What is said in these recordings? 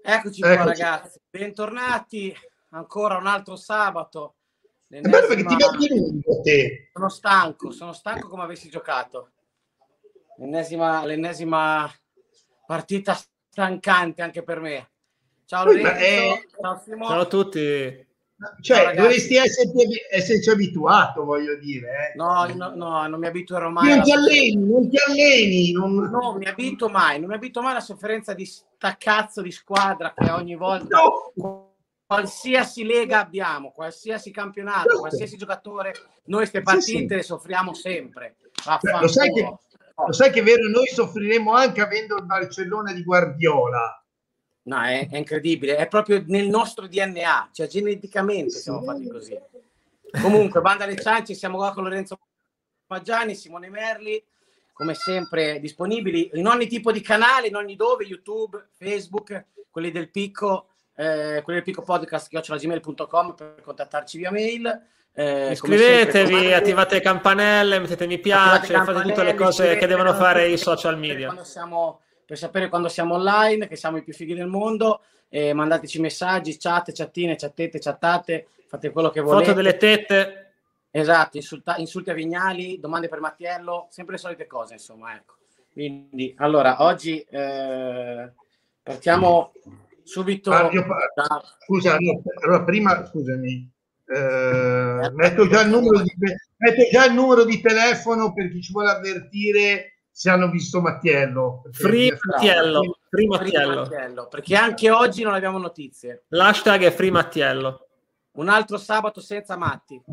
Eccoci qua Eccoci. ragazzi, bentornati ancora un altro sabato. È bello perché ti L'ennesima... metti lungo te. sono stanco come avessi giocato. L'ennesima partita stancante anche per me. Ciao Poi, Lorenzo, ciao Ciao a Simo, tutti. ciao cioè, ragazzi. dovresti esserci abituato, voglio dire. No, non mi abituerò mai Non alla ti sofferenza. alleni, non ti alleni. Non mi abito mai, non mi abito mai alla sofferenza di sta cazzo di squadra che ogni volta, No. qualsiasi lega abbiamo, qualsiasi campionato, qualsiasi giocatore, noi queste partite le soffriamo sempre. Lo sai Vaffanculo. che è vero, noi soffriremo anche avendo il Barcellona di Guardiola. No, è incredibile, è proprio nel nostro DNA, cioè geneticamente siamo fatti così. Comunque, banda alle ciance, siamo qua con Lorenzo Maggiani, Simone Merli, come sempre disponibili in ogni tipo di canale, in ogni dove, YouTube, Facebook, quelli del Picco podcast @gmail.com per contattarci via mail. Iscrivetevi, attivate le campanelle, mettete mi piace, fate tutte le cose che devono fare i social media. Per sapere quando siamo online, che siamo i più fighi del mondo, mandateci messaggi, chattine, chattate, fate quello che volete. Foto delle tette. Esatto, insulti a Vignali, domande per Mattiello, sempre le solite cose, insomma, ecco. Quindi, allora, oggi partiamo subito. Scusa, no, allora prima, scusami, metto già il numero di telefono per chi ci vuole avvertire se hanno visto Mattiello. Free Mattiello, perché anche oggi non abbiamo notizie. L'hashtag è Free Mattiello. Un altro sabato senza Matti.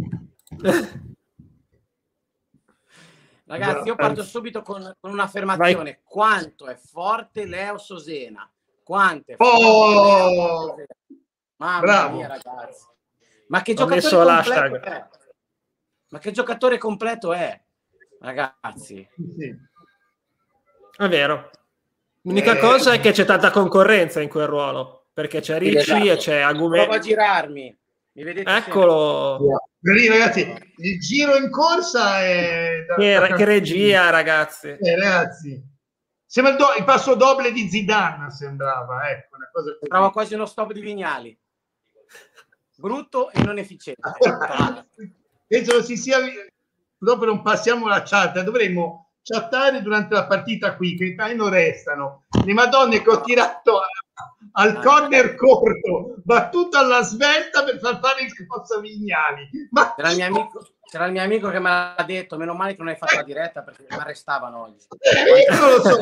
Ragazzi, io parto subito con un'affermazione. Vai. Quanto è forte Leo Sosena? Quanto è forte Leo Sosena? Mamma mia, ragazzi. Ma che giocatore completo è? Ma che giocatore completo è, ragazzi? Sì. È vero. L'unica cosa è che c'è tanta concorrenza in quel ruolo, perché c'è Ricci e c'è Agumè. Provo a girarmi. Mi vedete? Eccolo. Ragazzi, il giro in corsa è... Che regia, ragazzi. Ragazzi. Sembra il passo doble di Zidane, sembrava. Ecco, una cosa così. Sembrava quasi uno stop di Vignali. Brutto e non efficiente. Penso si sia... Dopo non passiamo la chat, dovremmo chattare durante la partita qui, che non restano. Le madonne che ho tirato al corner corto, battuto alla svelta per far fare il cross a Vignali. Ma c'era il mio amico che me l'ha detto, meno male che non hai fatto la diretta perché mi arrestavano oggi. Io non lo so.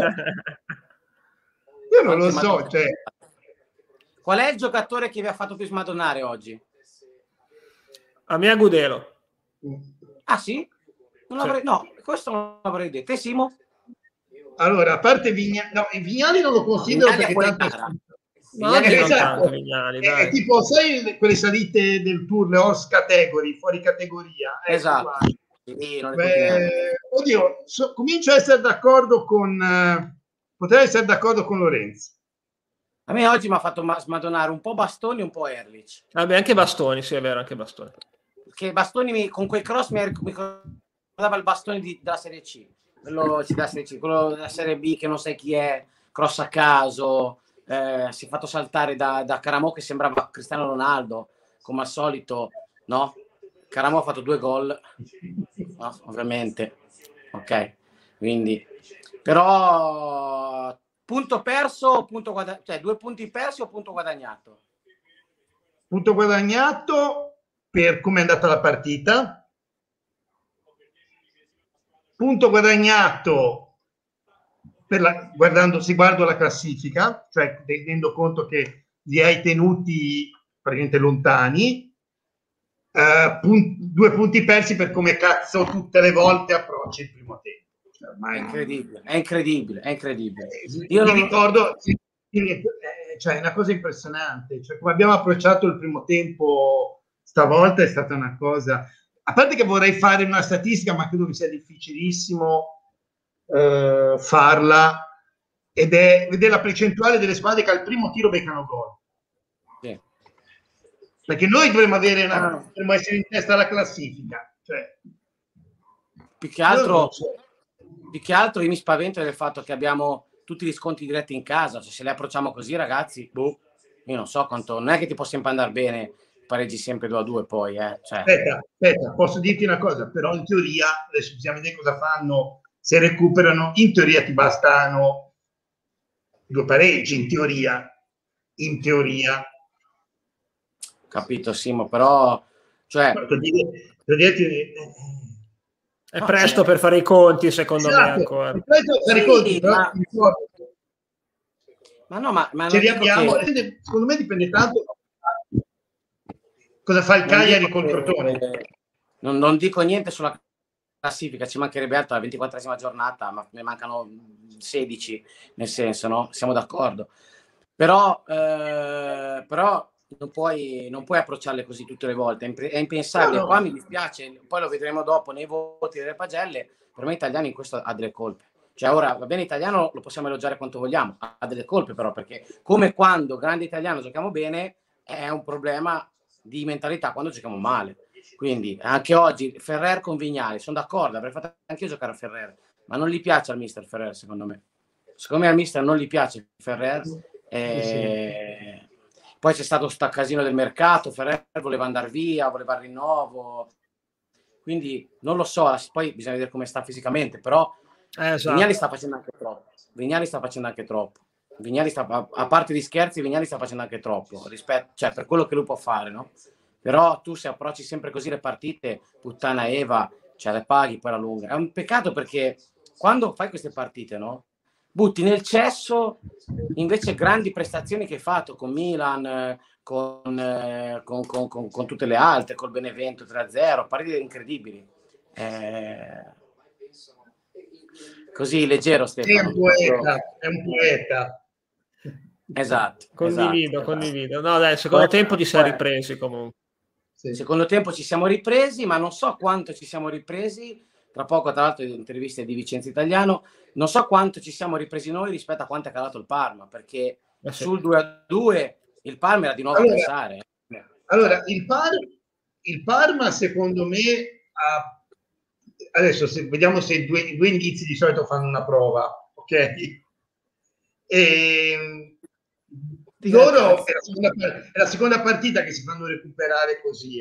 Io non lo so, cioè. Qual è il giocatore che vi ha fatto più smadonnare oggi? A me Agudelo. Ah sì? No, questo non l'avrei detto. E Simo? Allora, a parte Vignali, no, Vignali non lo considero Vignali perché tanto... Vignali, dai. È tipo, sai, quelle salite del tour, le horse category, fuori categoria. Esatto. Oddio, comincio a essere d'accordo potrei essere d'accordo con Lorenzo. A me oggi mi ha fatto smadonnare un po' Bastoni e un po' Erlich. Vabbè, anche Bastoni, sì, è vero, anche Bastoni. Che Bastoni con quel cross mi ricordava il Bastoni della Serie C. Quello della Serie B che non sai chi è, cross a caso, si è fatto saltare da Caramò che sembrava Cristiano Ronaldo, come al solito, no? Caramò ha fatto 2 gol, no? Ovviamente, ok, quindi, però punto perso o punto guadagnato, cioè 2 punti persi o punto guadagnato? Punto guadagnato per come è andata la partita. Punto guadagnato se guardo la classifica, cioè tenendo conto che li hai tenuti praticamente lontani. 2 punti persi per come cazzo tutte le volte approcci il primo tempo. Cioè, ormai è incredibile. Io non ricordo, cioè, è una cosa impressionante. Cioè, come abbiamo approcciato il primo tempo stavolta è stata una cosa... A parte che vorrei fare una statistica, ma credo che sia difficilissimo farla, ed è vedere la percentuale delle squadre che al primo tiro beccano gol. Sì. Perché noi dovremmo essere in testa alla classifica. Cioè, più che altro io mi spavento del fatto che abbiamo tutti gli sconti diretti in casa, cioè, se li approcciamo così, ragazzi, io non so quanto, non è che ti può sempre andare bene, pareggi sempre 2-2 poi, cioè. Aspetta, posso dirti una cosa, però in teoria, adesso bisogna vedere cosa fanno, se recuperano, in teoria ti bastano 2 pareggi, in teoria. Capito, Simo, però, cioè... È presto per fare i conti, secondo me, ancora. È presto per fare i conti, però... Ma no, ma ce li abbiamo, che... secondo me dipende tanto cosa fa il Cagliari col Crotone. Non dico niente sulla classifica, ci mancherebbe altro la 24esima giornata, ma ne mancano 16, nel senso, no? Siamo d'accordo. Però non puoi approcciarle così tutte le volte, è impensabile. No. Qua mi dispiace, poi lo vedremo dopo nei voti delle pagelle, per me Italiano in questo ha delle colpe. Cioè ora, va bene, Italiano lo possiamo elogiare quanto vogliamo, ha delle colpe però, perché come quando grande Italiano giochiamo bene, è un problema di mentalità quando giochiamo male. Quindi anche oggi Ferrer con Vignali, sono d'accordo, avrei fatto anche io giocare a Ferrer, ma non gli piace al mister Ferrer, secondo me. Secondo me al mister non gli piace Ferrer. Poi c'è stato sto casino del mercato, Ferrer voleva andare via, voleva il rinnovo, quindi non lo so, poi bisogna vedere come sta fisicamente, però esatto. Vignali sta facendo anche troppo. Vignali a parte gli scherzi, Vignali sta facendo anche troppo cioè per quello che lui può fare, no? Però tu se approcci sempre così le partite, puttana Eva, cioè le paghi poi alla lunga. È un peccato perché quando fai queste partite, no? Butti nel cesso invece grandi prestazioni che hai fatto con Milan, con tutte le altre, col Benevento 3-0, partite incredibili. Così leggero, Stefano. È un poeta. Esatto. Condivido. No, dai, secondo tempo ci siamo ripresi comunque. Sì. Secondo tempo ci siamo ripresi, ma non so quanto ci siamo ripresi. Tra poco, tra l'altro, interviste di Vicenza Italiano, non so quanto ci siamo ripresi noi rispetto a quanto è calato il Parma, perché sul 2-2 il Parma era di nuovo a pensare. Allora, il Parma secondo me ha... Adesso vediamo se i due indizi di solito fanno una prova, ok? Loro è la seconda partita che si fanno recuperare così,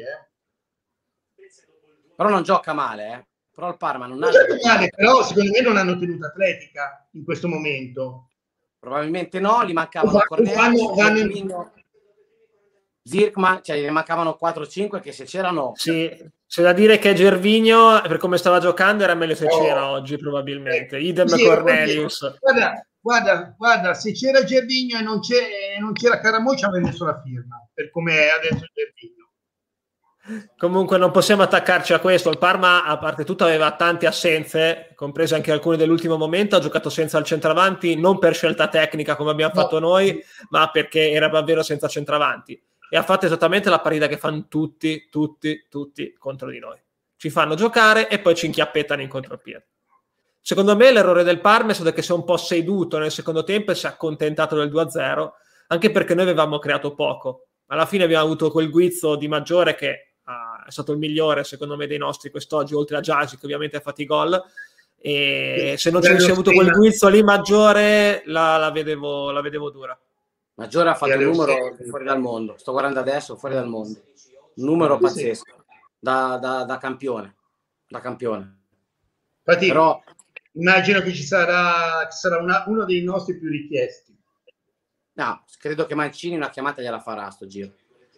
Però non gioca male, Però il Parma non ha male, però secondo me non hanno tenuta atletica in questo momento. Probabilmente no, gli mancavano Cornelio, Zirkman, cioè gli mancavano 4-5 che se c'erano... Sì, c'è da dire che Gervinho, per come stava giocando, era meglio se c'era oggi probabilmente. Idem Cornelius. Guarda, se c'era Gervinho e non c'era Caramoccia aveva messo la firma, per come è adesso Gervinho. Comunque non possiamo attaccarci a questo. Il Parma, a parte tutto, aveva tante assenze, comprese anche alcune dell'ultimo momento. Ha giocato senza il centravanti, non per scelta tecnica come abbiamo fatto noi, ma perché era davvero senza centravanti. E ha fatto esattamente la partita che fanno tutti contro di noi. Ci fanno giocare e poi ci inchiappettano in contropiede. Secondo me l'errore del Parma è stato che si è un po' seduto nel secondo tempo e si è accontentato del 2-0, anche perché noi avevamo creato poco. Alla fine abbiamo avuto quel guizzo di Maggiore che è stato il migliore secondo me dei nostri quest'oggi, oltre a Giasi che ovviamente ha fatto i gol, e se non ci avessi avuto quel guizzo lì Maggiore la vedevo dura. Maggiore ha fatto un numero fuori dal mondo, sto guardando adesso, fuori dal mondo, un numero pazzesco, da campione. Infatti, però immagino che ci sarà uno dei nostri più richiesti. No, credo che Mancini una chiamata gliela farà a sto giro.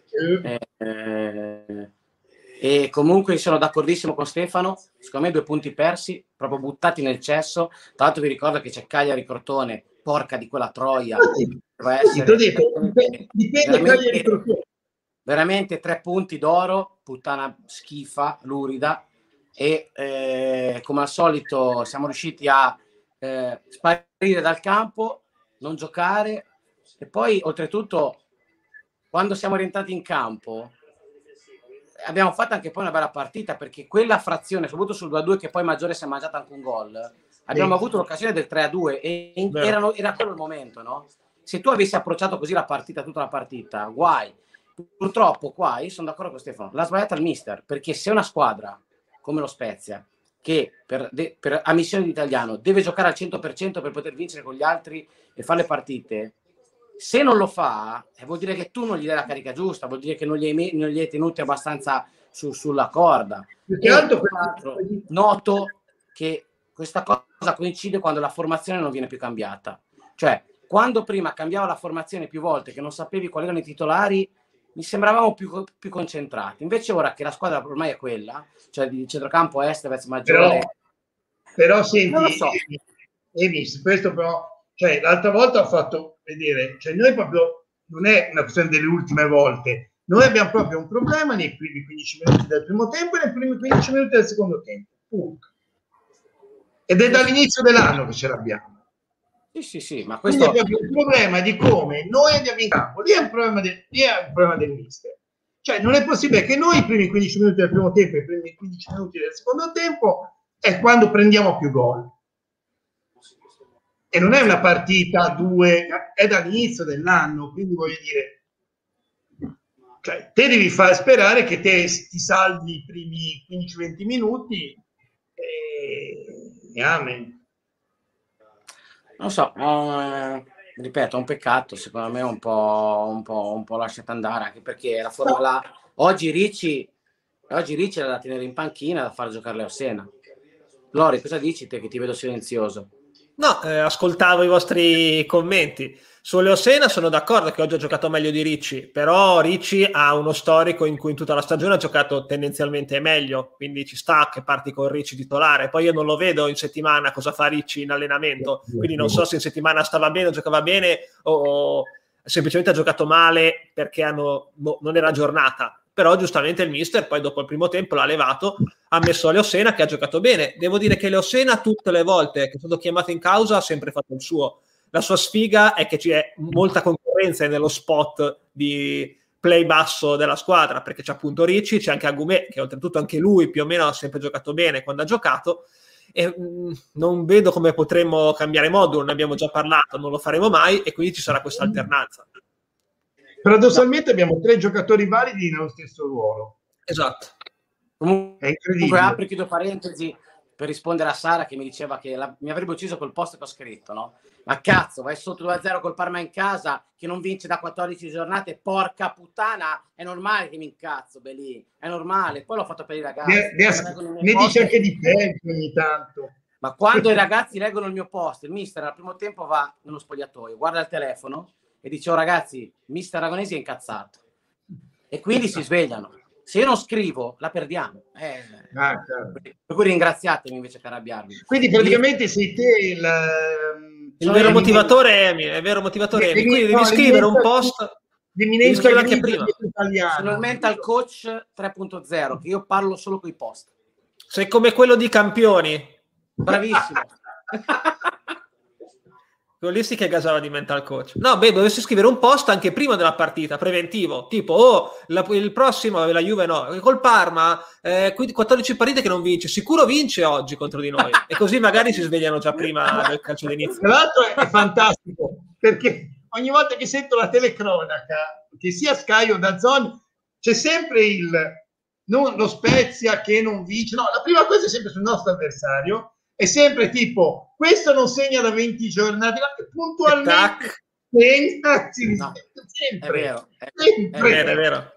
E comunque sono d'accordissimo con Stefano, secondo me 2 punti persi, proprio buttati nel cesso. Tra l'altro vi ricordo che c'è Cagliari Crotone, porca di quella troia. Veramente 3 punti d'oro, puttana schifa, lurida. E come al solito siamo riusciti a sparire dal campo, non giocare, e poi oltretutto quando siamo rientrati in campo abbiamo fatto anche poi una bella partita, perché quella frazione, soprattutto sul 2-2, che poi Maggiore si è mangiato anche un gol, abbiamo avuto l'occasione del 3-2 e era quello il momento, no? Se tu avessi approcciato così la partita, tutta la partita, guai. Purtroppo qua io sono d'accordo con Stefano, l'ha sbagliata il mister, perché se una squadra come lo Spezia, che per ammissione di italiano deve giocare al 100% per poter vincere con gli altri e fare le partite, se non lo fa, vuol dire che tu non gli dai la carica giusta, vuol dire che non li hai tenuti abbastanza sulla corda. Noto che questa cosa coincide quando la formazione non viene più cambiata. Cioè, quando prima cambiava la formazione più volte, che non sapevi quali erano i titolari, mi sembravamo più concentrati. Invece ora che la squadra ormai è quella, cioè di centrocampo Estevez, Maggiore... Però senti, non lo so. Questo però... Cioè, l'altra volta ho fatto vedere, cioè noi proprio, non è una questione delle ultime volte, noi abbiamo proprio un problema nei primi 15 minuti del primo tempo e nei primi 15 minuti del secondo tempo. Punto. Ed è dall'inizio dell'anno che ce l'abbiamo. Sì, ma questo... Quindi è proprio un problema di come noi andiamo in campo, lì è un problema del mister. Cioè, non è possibile che noi i primi 15 minuti del primo tempo e i primi 15 minuti del secondo tempo è quando prendiamo più gol. E non è una partita a 2, è dall'inizio dell'anno, quindi voglio dire, cioè, te devi far sperare che te ti salvi i primi 15-20 minuti e amen. Non so, ripeto, è un peccato, secondo me un po' lasciata andare, anche perché la Formula oggi Ricci è da tenere in panchina, da far giocare Leo Senna. Lori, cosa dici te che ti vedo silenzioso? No, ascoltavo i vostri commenti. Su Leo Senna sono d'accordo che oggi ha giocato meglio di Ricci, però Ricci ha uno storico in cui in tutta la stagione ha giocato tendenzialmente meglio, quindi ci sta che parti con Ricci titolare. Poi io non lo vedo in settimana cosa fa Ricci in allenamento, quindi non so se in settimana stava bene o giocava bene o semplicemente ha giocato male perché non era giornata. Però giustamente il mister poi dopo il primo tempo l'ha levato, ha messo Leo Senna che ha giocato bene. Devo dire che Leo Senna tutte le volte che è stato chiamato in causa ha sempre fatto il suo. La sua sfiga è che c'è molta concorrenza nello spot di play basso della squadra, perché c'è appunto Ricci, c'è anche Agumè, che oltretutto anche lui più o meno ha sempre giocato bene quando ha giocato, e non vedo come potremmo cambiare modulo, ne abbiamo già parlato, non lo faremo mai, e quindi ci sarà questa alternanza. Paradossalmente abbiamo 3 giocatori validi nello stesso ruolo. Esatto. Comunque apro e chiudo parentesi per rispondere a Sara che mi diceva che mi avrebbe ucciso col post che ho scritto, no? Ma cazzo, vai sotto 2-0 col Parma in casa che non vince da 14 giornate, porca puttana, è normale che mi incazzo, Belì, è normale. Poi l'ho fatto per i ragazzi. Ne dice anche di peggio ogni tanto. Ma quando i ragazzi leggono il mio post, il mister al primo tempo va nello spogliatoio, guarda il telefono e dice: oh ragazzi, mister Aragonesi è incazzato, e quindi si svegliano. Se io non scrivo la perdiamo, certo. Per cui ringraziatemi invece che arrabbiarvi. Quindi praticamente sei te il vero motivatore, Emi, è vero motivatore Emi, quindi devi scrivere un post, devi scrivere anche prima. Sono il mental coach 3.0, che io parlo solo con i post. Sei come quello di Campioni. Bravissimo. Quelli sì che gasava di mental coach. No, dovresti scrivere un post anche prima della partita, preventivo, tipo, il prossimo, la Juve no, col Parma, 14 partite che non vince, sicuro vince oggi contro di noi, e così magari si svegliano già prima del calcio d'inizio. Tra l'altro è fantastico, perché ogni volta che sento la telecronaca, che sia Sky o DAZN, c'è sempre lo Spezia che non vince, no, la prima cosa è sempre sul nostro avversario, è sempre tipo, questo non segna da 20 giornate, puntualmente no, sempre. È vero, è vero.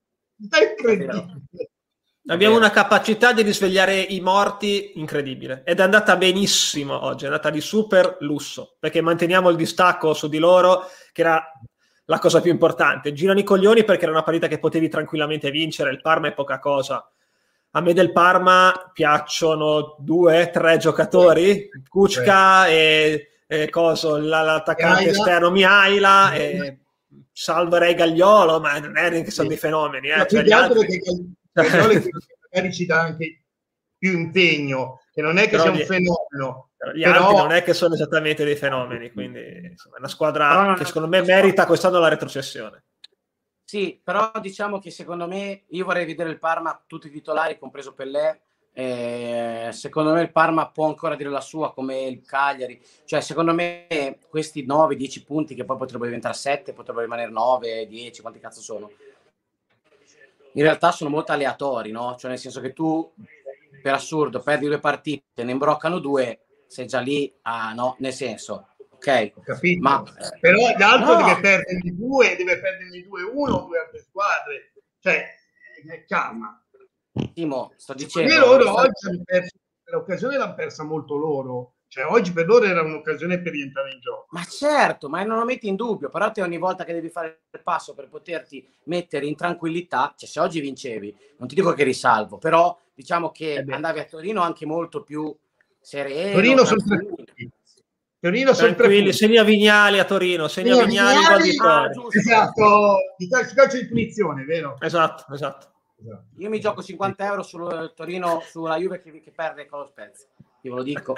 Abbiamo una capacità di risvegliare i morti incredibile, ed è andata benissimo oggi, è andata di super lusso, perché manteniamo il distacco su di loro, che era la cosa più importante. Girano i coglioni perché era una partita che potevi tranquillamente vincere, il Parma è poca cosa. A me del Parma piacciono 2-3 giocatori, Kučka e l'attaccante esterno Mihaila, e salverei Gagliolo, ma non è che sono dei fenomeni. Cioè gli altri... Gagliolo magari ci dà anche più impegno, che non è che sia un fenomeno. Gli altri non è che sono esattamente dei fenomeni, quindi insomma, è una squadra che secondo me merita quest'anno la retrocessione. Sì, però diciamo che secondo me, io vorrei vedere il Parma tutti i titolari, compreso Pellè. Secondo me il Parma può ancora dire la sua, come il Cagliari. Cioè, secondo me questi 9-10 punti, che poi potrebbero diventare 7, potrebbero rimanere 9, 10, quanti cazzo sono? In realtà sono molto aleatori, no? Cioè, nel senso che tu per assurdo perdi 2 partite, ne imbroccano 2, sei già lì, no, nel senso, ok? Ho capito. Ma però l'altro no, deve perderne 2, deve perderne 2-1 o 2 altre squadre, cioè calma. Timo, sto E dicendo, loro oggi hanno perso, l'occasione l'hanno persa molto loro, cioè oggi per loro era un'occasione per rientrare in gioco. ma certo, ma non lo metti in dubbio, però te ogni volta che devi fare il passo per poterti mettere in tranquillità, cioè se oggi vincevi, non ti dico che risalvo, però diciamo che andavi a Torino anche molto più sereno. Torino sono 3 punti. Torino sono 3 Tranquilli, punti. segna Vignali a Torino, segna Vignali, gol di vittoria. Esatto, di calcio di punizione, vero? Esatto. Io mi gioco 50 euro sul Torino, sulla Juve che perde con lo Spezia, io ve lo dico.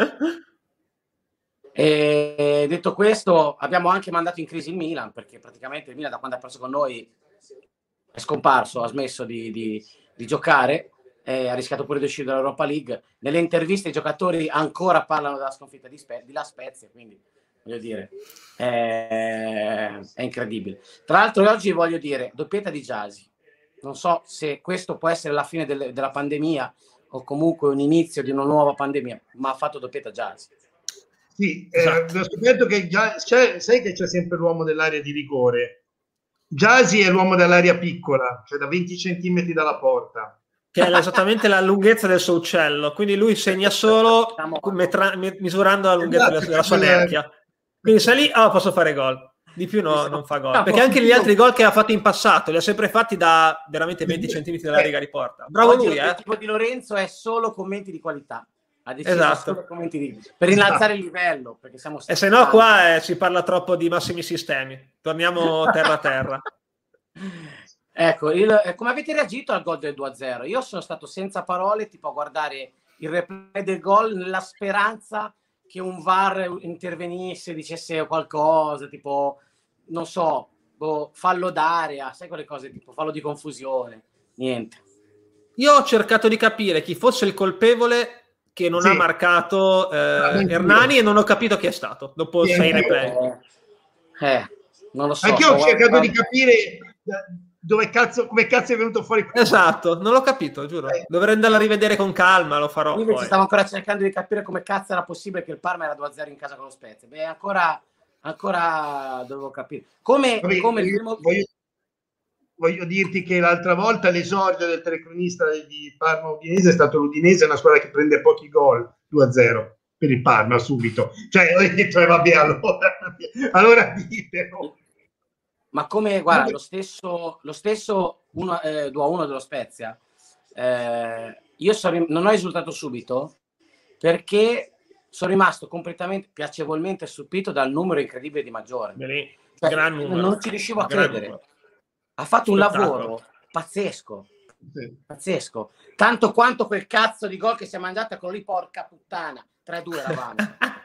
E detto questo, abbiamo anche mandato in crisi il Milan, perché praticamente il Milan da quando ha perso con noi è scomparso, ha smesso di giocare, ha rischiato pure di uscire dall'Europa League. Nelle interviste i giocatori ancora parlano della sconfitta di La Spezia, quindi voglio dire è incredibile. Tra l'altro oggi voglio dire doppietta di Gyasi, non so se questo può essere la fine della pandemia o comunque un inizio di una nuova pandemia, ma ha fatto doppietta Gyasi. Sì, ho scoperto che sai che c'è sempre l'uomo dell'area di rigore. Gyasi è l'uomo dell'area piccola, cioè da 20 centimetri dalla porta. Che è esattamente la lunghezza del suo uccello, quindi lui segna solo misurando la lunghezza della sua nerchia. Quindi se lì posso fare gol. Di più non fa gol. Perché anche gli altri gol che ha fatto in passato li ha sempre fatti da veramente 20 centimetri dalla riga di porta. Bravo lui, Il tipo di Lorenzo è solo commenti di qualità. Esatto. Per innalzare il livello, perché siamo e se no qua si parla troppo di massimi sistemi. Torniamo terra a terra. Ecco, come avete reagito al gol del 2-0? Io sono stato senza parole, tipo a guardare il replay del gol nella speranza che un VAR intervenisse, dicesse qualcosa, tipo, non so, fallo d'area, sai quelle cose, tipo fallo di confusione, niente. Io ho cercato di capire chi fosse il colpevole che non ha marcato Hernani e non ho capito chi è stato dopo 6 replay. Non lo so. Anche io ho cercato di capire come cazzo è venuto fuori. Esatto, non l'ho capito, giuro. Dovrei andare a rivedere con calma, lo farò. Io invece stavo ancora cercando di capire come cazzo era possibile che il Parma era 2-0 in casa con lo Spezia. Beh, ancora dovevo capire. Come il primo... Voglio dirti che l'altra volta l'esordio del telecronista di Parma Udinese è stato l'Udinese, una squadra che prende pochi gol, 2-0 per il Parma subito. Cioè, ho detto, vabbè, allora ditelo. Ma come, guarda, lo stesso 2-1 dello Spezia, io non ho esultato subito perché sono rimasto completamente, piacevolmente stupito dal numero incredibile di Maggiore. Cioè, gran numero. Non ci riuscivo a credere. Numero. Ha fatto un lavoro pazzesco, pazzesco. Tanto quanto quel cazzo di gol che si è mangiato con lì, porca puttana. 3-2 eravamo.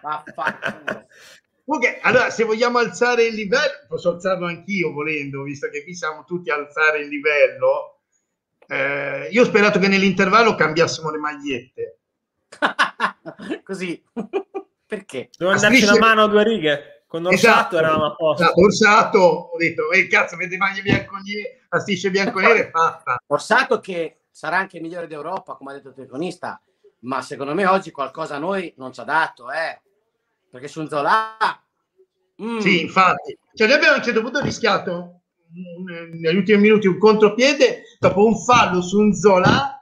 Okay, allora, se vogliamo alzare il livello, posso alzarlo anch'io volendo, visto che qui siamo tutti a alzare il livello. Io ho sperato che nell'intervallo cambiassimo le magliette. Così. Perché? Devo andarci una mano a 2 righe. Con Orsato eravamo a posto. Orsato, ho detto, cazzo, avete maglie bianconere, la striscia bianconere è fatta. Orsato che sarà anche il migliore d'Europa, come ha detto il telecronista, ma secondo me oggi qualcosa a noi non ci ha dato, perché su un Zola... Sì, infatti. Cioè, noi abbiamo a un certo punto rischiato, negli ultimi minuti, un contropiede, dopo un fallo su un Zola,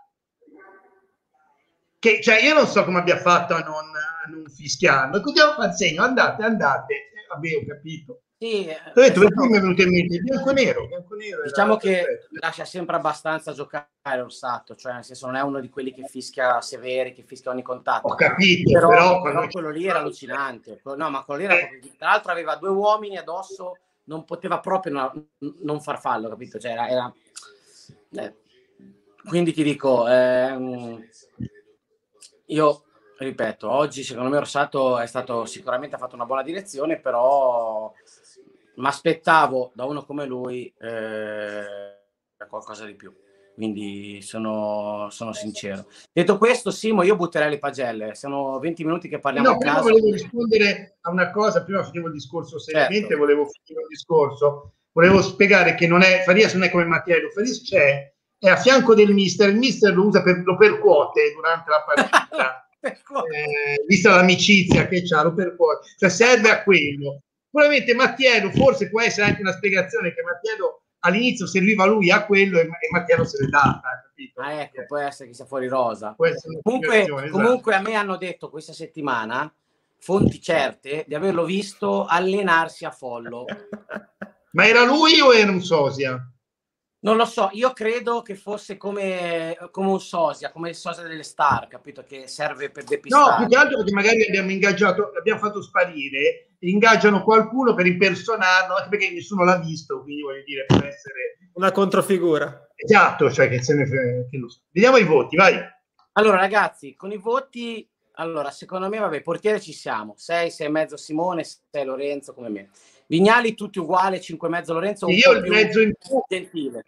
che, cioè, io non so come abbia fatto a non fischiarlo. Continuiamo a fare segno, andate. Vabbè, ho capito. Sì, ho detto, per cui mi è venuto in mente bianco nero. Diciamo che lascia sempre abbastanza giocare Orsato, cioè nel senso non è uno di quelli che fischia severi, che fischia ogni contatto. Ho capito, però quello lì era allucinante. No, ma quello lì era proprio... Tra l'altro aveva 2 uomini addosso, non poteva proprio non far fallo, capito? Cioè era... Quindi ti dico, io ripeto, oggi secondo me Orsato è stato sicuramente, ha fatto una buona direzione, però mi aspettavo da uno come lui qualcosa di più, quindi sono sincero. Detto questo, Simo, io butterei le pagelle, sono 20 minuti che parliamo a caso. Volevo rispondere a una cosa, prima finivo il discorso seriamente, certo. Volevo finire il discorso, volevo spiegare che non è Farias non è come Mattiello, Farias c'è, è a fianco del mister, il mister lo usa lo percuote durante la partita, vista l'amicizia che c'ha, lo percuote, cioè serve a quello. Probabilmente Mattiello, forse può essere anche una spiegazione che Mattiello all'inizio serviva lui a quello e Mattiello se l'è data, capito? Ecco, può essere che sia fuori rosa. Comunque esatto. A me hanno detto questa settimana, fonti certe, di averlo visto allenarsi a Follo. Ma era lui o era un sosia? Non lo so, io credo che fosse come un sosia, come il sosia delle star, capito? Che serve per depistare. No, più che altro perché magari l'abbiamo fatto sparire, ingaggiano qualcuno per impersonarlo, anche perché nessuno l'ha visto, quindi voglio dire, può essere una controfigura. Esatto, cioè che se ne che lo so. Vediamo i voti, vai. Allora ragazzi, con i voti, allora secondo me, vabbè, portiere ci siamo, 6, 6,5 Simone, 6 Lorenzo come me. Vignali tutti uguali, 5,5 Lorenzo, io il mezzo in più gentile.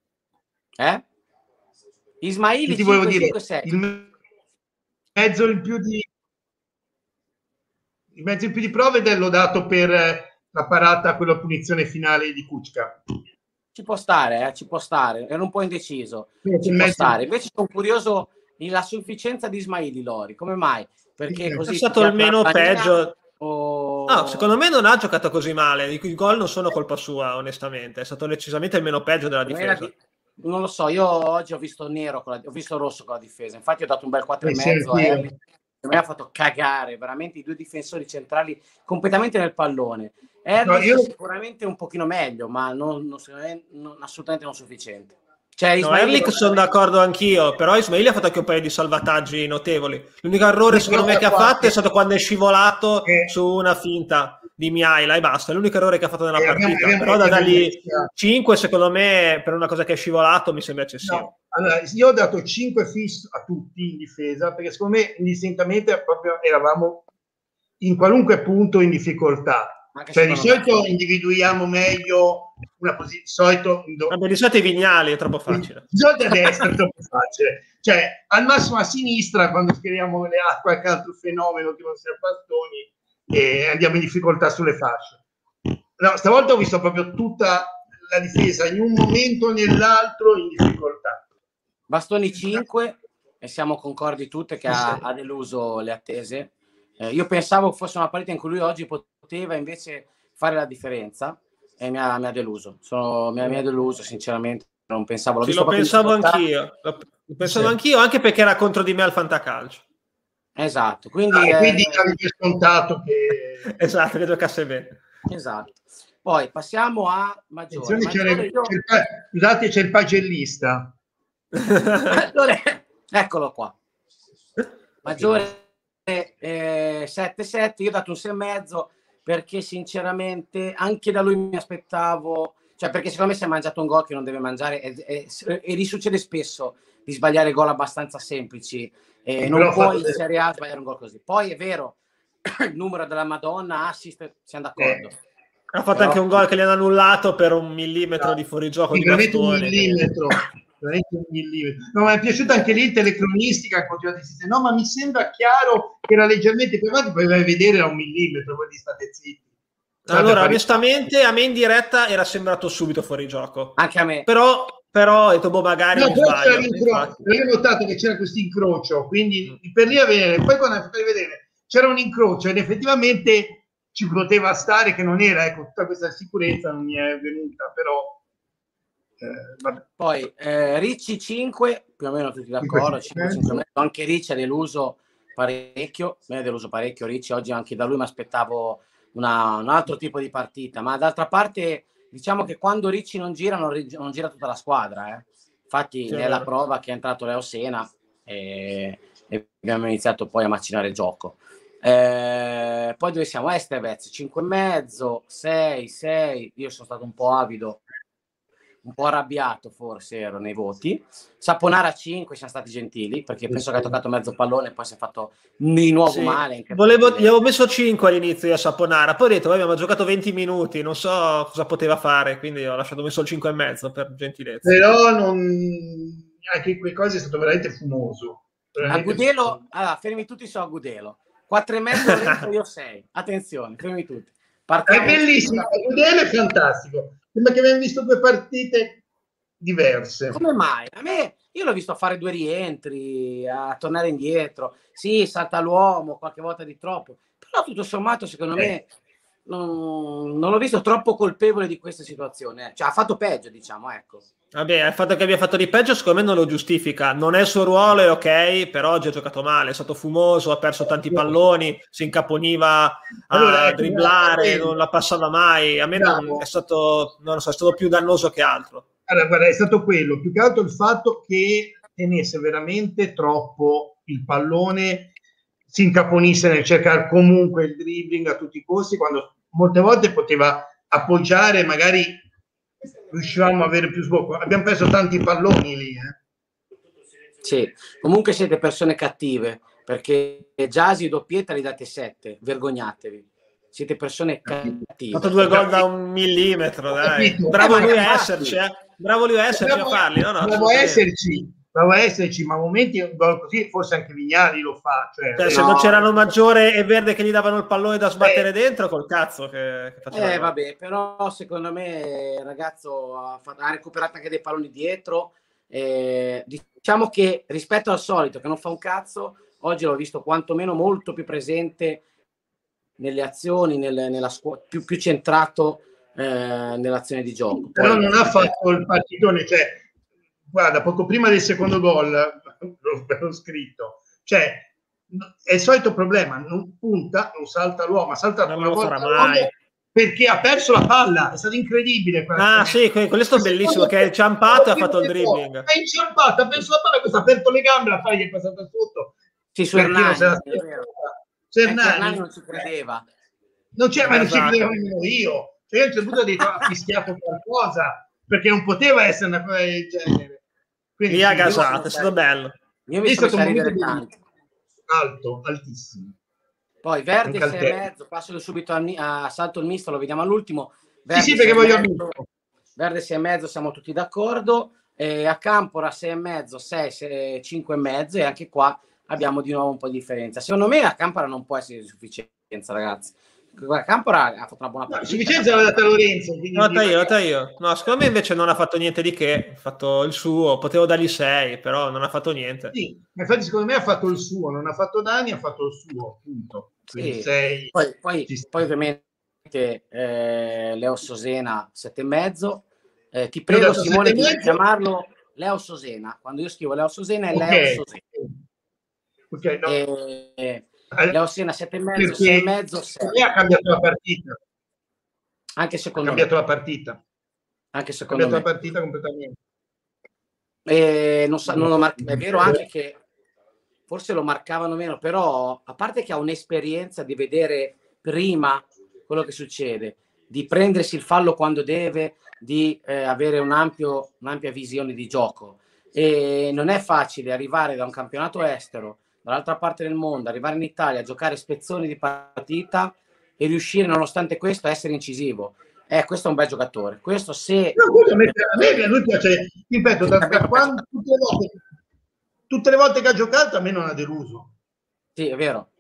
Ismaili ti volevo 5, dire 5, 6. il mezzo in più di prove l'ho dato per la parata, quella punizione finale di Kučka. Ci può stare, ero un po' indeciso, ci può stare. Invece sono curioso della sufficienza di Ismaili Lori, come mai? Perché così è stato il meno peggio. No, secondo me non ha giocato così male, i gol non sono colpa sua, onestamente, è stato decisamente il meno peggio della difesa. Non lo so, io oggi ho visto nero, ho visto rosso con la difesa, infatti ho dato un bel 4,5 a Erlich, che mi ha fatto cagare, veramente i due difensori centrali completamente nel pallone. Erlich sicuramente un pochino meglio, ma non assolutamente non sufficiente. Cioè, Erlich sono d'accordo anch'io, però Ismaili ha fatto anche un paio di salvataggi notevoli. L'unico errore secondo me che ha fatto è stato quando è scivolato su una finta di Mihaila e basta, è l'unico errore che ha fatto nella partita. Però da dargli 5 secondo me per una cosa che è scivolato mi sembra eccessivo. No. Allora, io ho dato 5 fis a tutti in difesa perché secondo me indistintamente proprio eravamo in qualunque punto in difficoltà. Cioè di solito individuiamo meglio una posizione. Di solito i Vignali è troppo facile. Di solito a destra è troppo facile. Cioè al massimo a sinistra quando schieriamo qualche altro fenomeno che non sia Pastoni e andiamo in difficoltà sulle fasce. No, stavolta ho visto proprio tutta la difesa in un momento o nell'altro in difficoltà. Bastoni 5 e siamo concordi tutte che ha deluso le attese. Io pensavo fosse una partita in cui lui oggi poteva invece fare la differenza e mi ha deluso. Mi ha deluso sinceramente, non pensavo. Lo pensavo anch'io. Lo pensavo anch'io, anche perché era contro di me al Fantacalcio. Esatto, quindi avevi scontato che esatto, che giocasse bene. Esatto. Poi passiamo a Maggiore. Scusate, c'è il pagellista. Eccolo qua. Maggiore 7,7, io ho dato un 6,5 perché sinceramente anche da lui mi aspettavo, cioè perché secondo me si è mangiato un gol che non deve mangiare e gli succede spesso di sbagliare gol abbastanza semplici e non puoi in Serie A sbagliare un gol così. Poi è vero, il numero della Madonna, assist, siamo d'accordo. Ha fatto anche un gol che gli hanno annullato per 1 millimetro di fuorigioco di Bastoni. Veramente un millimetro. No, ma è piaciuta anche lì il telecronistica, no, ma mi sembra chiaro che era leggermente più avanti, poi vai a vedere a 1 millimetro, voi state zitti. Allora, onestamente, a me in diretta era sembrato subito fuori gioco. Anche a me. Però ho detto, magari mi sbaglio. Io ho notato che c'era questo incrocio, quindi per lì a vedere. Poi quando ho fatto vedere c'era un incrocio ed effettivamente ci poteva stare che non era, ecco, tutta questa sicurezza non mi è venuta, però poi Ricci 5, più o meno tutti d'accordo, 5, anche Ricci ha deluso parecchio, mi ha deluso parecchio Ricci, oggi anche da lui mi aspettavo un altro tipo di partita, ma d'altra parte diciamo che quando Ricci non gira tutta la squadra, infatti è la prova che è entrato Leo Sena e abbiamo iniziato poi a macinare il gioco. Poi dove siamo? Estevez 5,5, 6, io sono stato un po' avido, un po' arrabbiato forse ero nei voti. Saponara 5, siamo stati gentili perché penso che ha toccato mezzo pallone e poi si è fatto di nuovo male. Gli avevo messo 5 all'inizio a Saponara, poi ho detto abbiamo giocato 20 minuti, non so cosa poteva fare, quindi ho messo il 5,5 per gentilezza. Però anche in quei cose è stato veramente fumoso. Agudelo, allora fermi tutti su Agudelo 4,5, io 6, attenzione, fermi tutti. È bellissimo, Agudelo è fantastico. Sembra che abbiamo visto 2 partite diverse. Come mai? Io l'ho visto fare 2 rientri, a tornare indietro. Sì, salta l'uomo qualche volta di troppo, però tutto sommato secondo me non l'ho visto troppo colpevole di questa situazione. Cioè ha fatto peggio, diciamo, ecco. Vabbè, il fatto che abbia fatto di peggio secondo me non lo giustifica. Non è il suo ruolo, è ok, però oggi ha giocato male, è stato fumoso, ha perso tanti palloni, si incaponiva a dribblare, non la passava mai. A me è stato, non lo so, è stato più dannoso che altro. Allora, guarda, è stato quello, più che altro il fatto che tenesse veramente troppo il pallone, si incaponisse nel cercare comunque il dribbling a tutti i costi, quando molte volte poteva appoggiare, magari riuscivamo a avere più sbocco. Abbiamo perso tanti palloni lì. Sì, comunque siete persone cattive, perché Gyasi doppietta li date 7, vergognatevi. Siete persone cattive. Ha fatto 2 gol da 1 millimetro, dai. Bravo lui a esserci, bravo lui a esserci a farli. No, bravo a esserci, ma a momenti un gol così forse anche Vignali lo fa. Cioè, se non c'erano Maggiore e Verde che gli davano il pallone da sbattere dentro, col cazzo che faceva. Vabbè, però secondo me il ragazzo ha recuperato anche dei palloni dietro. Diciamo che rispetto al solito, che non fa un cazzo, oggi l'ho visto quantomeno molto più presente nelle azioni, nella più centrato nell'azione di gioco. Però non ha fatto il partitone, cioè guarda, poco prima del secondo gol l'ho scritto, cioè è il solito problema, non punta, non salta l'uomo, salta non una lo volta farà mai, perché ha perso la palla, è stato incredibile. Sì, questo è bellissimo, che è inciampato e ha fatto il dribbling. È inciampato, ha perso la palla, ha aperto le gambe, la palla gli è passata sotto. Sì, su Hernani, Hernani non ci credeva. Non ci credevo nemmeno io. Cioè, io a un certo punto ho detto, ha fischiato qualcosa, perché non poteva essere una cosa del genere. Quindi, via gasato, è stato bello. Io mi sono ridere tanto. Alto, altissimo. Poi Verde 6,5, passo subito a salto il misto, lo vediamo all'ultimo. Verde, sì, perché voglio Verde 6,5, siamo tutti d'accordo. A Campora 6,5, 6, 5,5 e anche qua abbiamo di nuovo un po' di differenza. Secondo me a Campora non può essere di sufficienza, ragazzi. Campora ha fatto una buona partita. Sufficienza l'ha data Lorenzo. L'ho data io. No, secondo me invece non ha fatto niente di che, ha fatto il suo, potevo dargli 6, però non ha fatto niente. Sì, infatti secondo me ha fatto il suo, non ha fatto danni, ha fatto il suo, punto. Sì. 6. Poi ovviamente Leo Sosena 7,5. Ti prego Simone di chiamarlo Leo Sosena. Quando io scrivo Leo Sosena è Leo Sosena. Okay, no. Leo Sena 7,5, 6,5. Lei ha cambiato la partita. Anche secondo me. Ha cambiato la partita. Anche secondo me. Ha cambiato la partita completamente. È vero anche che forse lo marcavano meno, però a parte che ha un'esperienza di vedere prima quello che succede, di prendersi il fallo quando deve, di avere un'ampia visione di gioco. E non è facile arrivare da un campionato estero, dall'altra parte del mondo, arrivare in Italia, giocare spezzoni di partita e riuscire nonostante questo a essere incisivo. Questo è un bel giocatore. Questo se... a lui piace, ripeto, tutte le volte che ha giocato a me non ha deluso. Sì, è vero.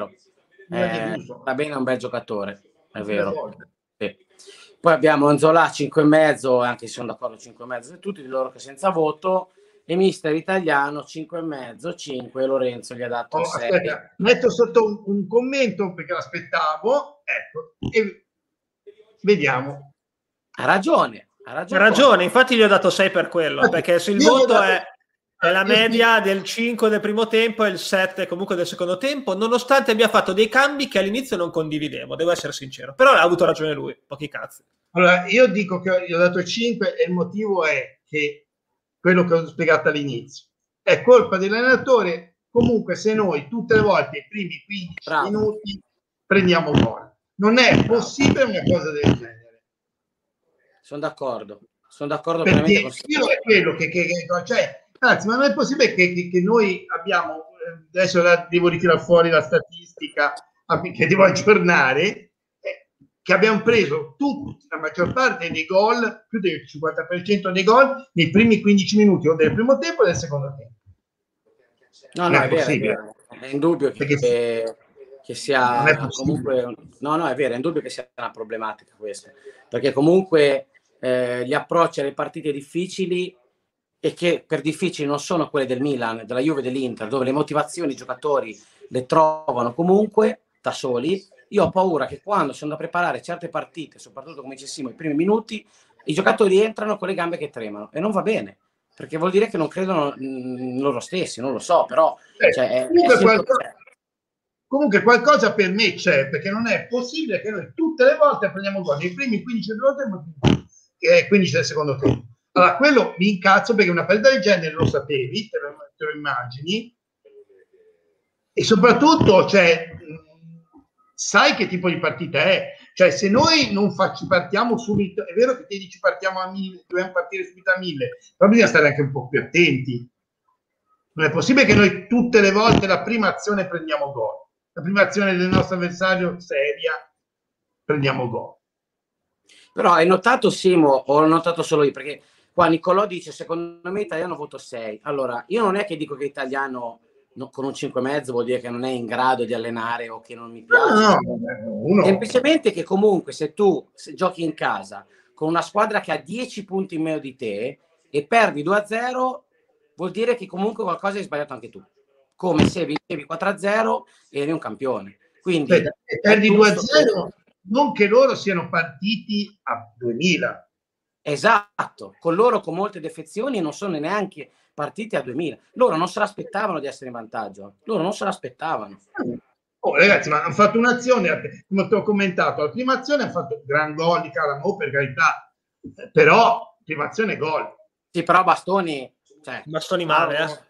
Va bene, è un bel giocatore, è vero. Sì. Poi abbiamo Anzola 5,5, anche se sono d'accordo 5,5 tutti di loro che senza voto, e mister italiano 5,5, 5, Lorenzo gli ha dato 6. Aspetta, metto sotto un commento perché l'aspettavo, ecco, e vediamo. Ha ragione, infatti gli ho dato 6 per quello, perché se il voto è la media del 5 del primo tempo e il 7 comunque del secondo tempo, nonostante abbia fatto dei cambi che all'inizio non condividevo, devo essere sincero, però ha avuto ragione lui, pochi cazzi. Allora, io dico che gli ho dato 5 e il motivo è che quello che ho spiegato all'inizio è colpa dell'allenatore. Comunque se noi tutte le volte i primi 15 minuti prendiamo gol, non è possibile una cosa del genere. Sono d'accordo perché io è quello che cioè, ragazzi, ma non è possibile che noi abbiamo adesso devo ritirare fuori la statistica che devo aggiornare, che abbiamo preso la maggior parte dei gol, più del 50% dei gol nei primi 15 minuti o del primo tempo o del secondo tempo. No, è vero. È indubbio che sia comunque... No, è vero, è indubbio che sia una problematica questa, perché comunque gli approcci alle partite difficili, e che per difficili non sono quelle del Milan, della Juve, dell'Inter, dove le motivazioni i giocatori le trovano comunque da soli. Io ho paura che quando sono da preparare certe partite, soprattutto come dicessimo i primi minuti, i giocatori entrano con le gambe che tremano, e non va bene, perché vuol dire che non credono loro stessi, non lo so, però cioè, comunque qualcosa per me c'è, perché non è possibile che noi tutte le volte prendiamo gol nei primi 15 minuti e 15 del secondo tempo. Allora, quello mi incazzo, perché una partita del genere lo sapevi, te lo immagini, e soprattutto, cioè, sai che tipo di partita è. Cioè, se noi non partiamo subito, è vero che ti dici partiamo a 1000, dobbiamo partire subito a 1000, però bisogna stare anche un po' più attenti. Non è possibile che noi tutte le volte la prima azione prendiamo gol, la prima azione del nostro avversario seria prendiamo gol. Però hai notato, Simo, o l'ho notato solo io? Perché qua Nicolò dice, secondo me italiano voto 6. Allora, io non è che dico che italiano con un 5,5 vuol dire che non è in grado di allenare o che non mi piace. No. Semplicemente che comunque se giochi in casa con una squadra che ha 10 punti in meno di te e perdi 2-0, vuol dire che comunque qualcosa hai sbagliato anche tu. Come se vincevi 4-0 e eri un campione. Quindi perdi 2-0, non che loro siano partiti a 2000. Esatto, con loro con molte defezioni, e non sono neanche partiti a 2000. Loro non se l'aspettavano di essere in vantaggio. Loro non se l'aspettavano. Oh, ragazzi, ma hanno fatto un'azione, come ti ho commentato, la prima azione hanno fatto un gran gol di Calamò, per carità, però prima azione gol. Sì, però Bastoni, cioè, Bastoni male,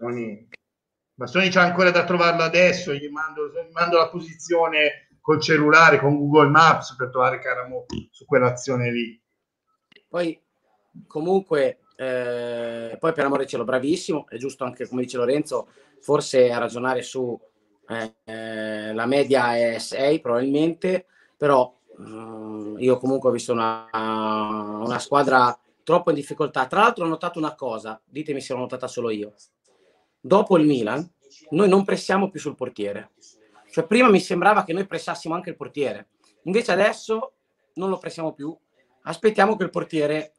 Bastoni c'è ancora da trovarlo adesso, gli mando la posizione col cellulare, con Google Maps, per trovare Calamò su quell'azione lì. Poi comunque poi per amore cielo bravissimo, è giusto anche come dice Lorenzo, forse a ragionare su la media è 6 probabilmente, però io comunque ho visto una squadra troppo in difficoltà. Tra l'altro ho notato una cosa, ditemi se l'ho notata solo io: dopo il Milan noi non pressiamo più sul portiere. Cioè prima mi sembrava che noi pressassimo anche il portiere, invece adesso non lo pressiamo più, aspettiamo che il portiere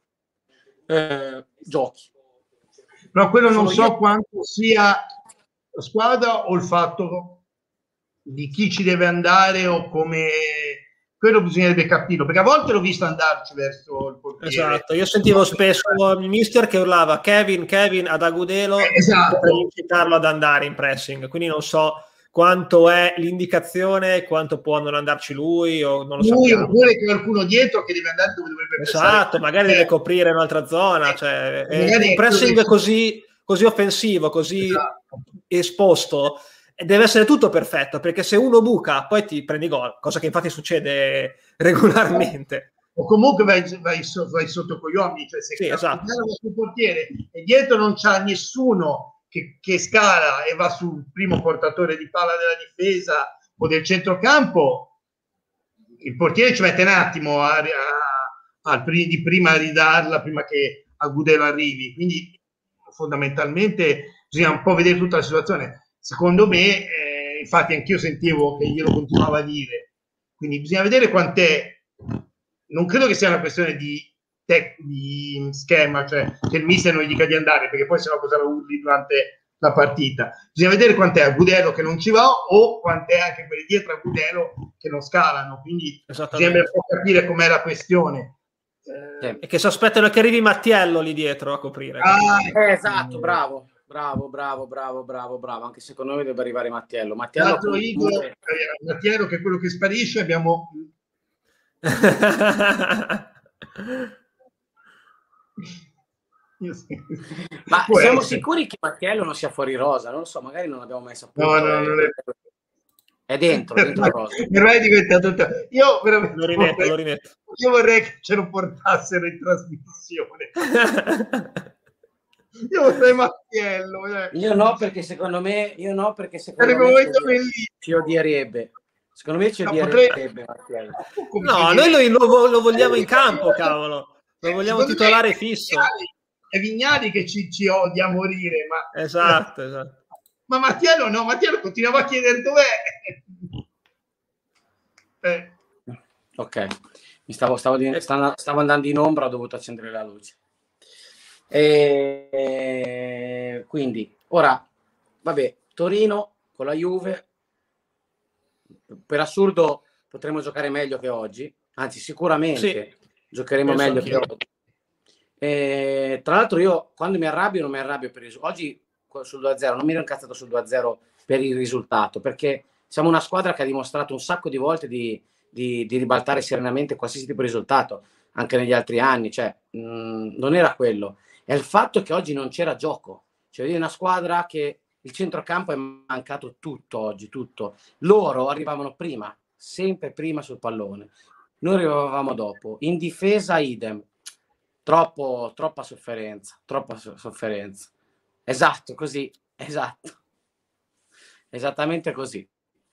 giochi. Però quello non so quanto sia la squadra o il fatto di chi ci deve andare, o come, quello bisognerebbe capirlo, perché a volte l'ho visto andarci verso il portiere. Esatto, io sentivo spesso il mister che urlava Kevin ad Agudelo, esatto, per incitarlo ad andare in pressing, quindi non so quanto è l'indicazione, quanto può non andarci lui, o non lo sappiamo. Oppure che qualcuno dietro che deve andare dove dovrebbe pressare. Esatto, magari deve coprire un'altra zona, cioè un pressing così offensivo, così esposto, deve essere tutto perfetto, perché se uno buca poi ti prendi gol, cosa che infatti succede regolarmente. O comunque vai sotto coglioni, cioè se esatto, sul portiere e dietro non c'ha nessuno che scala e va sul primo portatore di palla della difesa o del centrocampo, il portiere ci mette un attimo di prima a ridarla, prima che Agudelo arrivi. Quindi fondamentalmente bisogna un po' vedere tutta la situazione. Secondo me, infatti anch'io sentivo che glielo continuava a dire, quindi bisogna vedere quant'è. Non credo che sia una questione di schema, cioè che il mister non gli dica di andare, perché poi sennò cosa lo urli durante la partita. Bisogna vedere quant'è Agudelo che non ci va, o quant'è anche quelli dietro Agudelo che non scalano, quindi bisogna un po' capire com'è la questione. E che si aspettano che arrivi Mattiello lì dietro a coprire. Esatto, bravo, anche secondo me deve arrivare Mattiello Mattiello che è quello che sparisce. Abbiamo ma siamo sicuri che Mattiello non sia fuori rosa? Non lo so, magari non abbiamo mai saputo. No, non è dentro rosa. È diventato io veramente lo rimetto. Io vorrei che ce lo portassero in trasmissione. Io vorrei Mattiello. Io no, perché secondo me ci odierebbe. Secondo me ci odierebbe Mattiello. No, noi lo vogliamo in campo, cavolo. Lo vogliamo titolare fisso. È Vignali che ci odia a morire. Ma... Esatto. Ma Mattiello no, Mattiello continuava a chiedere dov'è. Ok. stavo andando in ombra, ho dovuto accendere la luce. Quindi, ora, vabbè, Torino con la Juve, per assurdo potremmo giocare meglio che oggi, anzi sicuramente giocheremo meglio che oggi. Tra l'altro io quando mi arrabbio non mi arrabbio per oggi sul 2-0, non mi ero incazzato sul 2-0 per il risultato, perché siamo una squadra che ha dimostrato un sacco di volte di ribaltare serenamente qualsiasi tipo di risultato, anche negli altri anni, cioè non era quello. È il fatto che oggi non c'era gioco, cioè è una squadra che il centrocampo è mancato tutto oggi, tutto. Loro arrivavano prima, sempre prima sul pallone, noi arrivavamo dopo, in difesa idem, troppa sofferenza, esatto, così, esatto, esattamente così,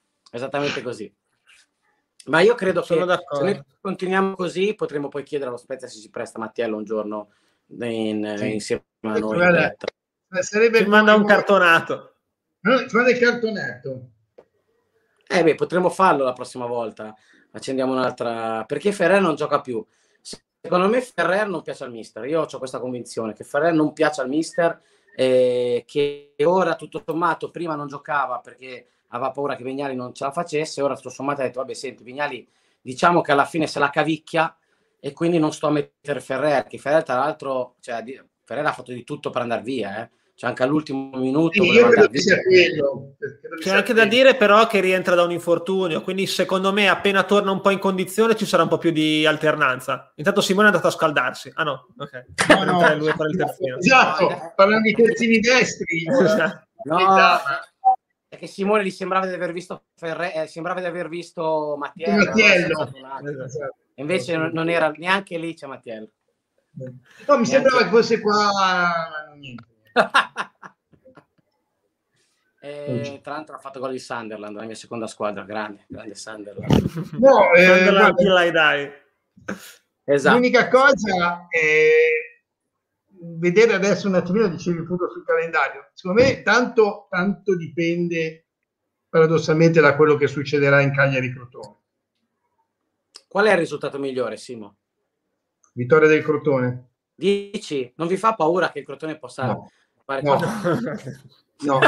ma io credo che se noi continuiamo così potremo poi chiedere allo Spezia se si presta Mattiello un giorno insieme a noi. Sarebbe manda un cartonato. Ci manda il cartonato. Potremmo farlo la prossima volta. Accendiamo un'altra, perché Ferrer non gioca più. Secondo me Ferrer non piace al mister. Io ho questa convinzione che Ferrer non piace al mister, che ora tutto sommato prima non giocava perché aveva paura che Vignali non ce la facesse, ora tutto sommato ha detto vabbè senti Vignali diciamo che alla fine se la cavicchia e quindi non sto a mettere Ferrer, che Ferrer tra l'altro Ferrer ha fatto di tutto per andare via, cioè anche all'ultimo minuto io credo che sia quello. C'è anche da dire però che rientra da un infortunio, quindi secondo me appena torna un po' in condizione ci sarà un po' più di alternanza. Intanto Simone è andato a scaldarsi. Ah no, ok. No, lui fa il terzino. Esatto, parlando di terzini destri. No, è che Simone gli sembrava di aver visto sembrava di aver visto Mattiello. Invece non era neanche lì, c'è Mattiello. No, mi sembrava che fosse qua niente. Tra l'altro ha fatto gol di Sunderland, la mia seconda squadra, grande Sunderland. No, dai. Esatto. L'unica cosa è vedere adesso un attimino, dicevi appunto sul calendario, secondo me tanto dipende paradossalmente da quello che succederà in Cagliari-Crotone. Qual è il risultato migliore, Simo? Vittoria del Crotone. Dici? Non vi fa paura che il Crotone possa fare No.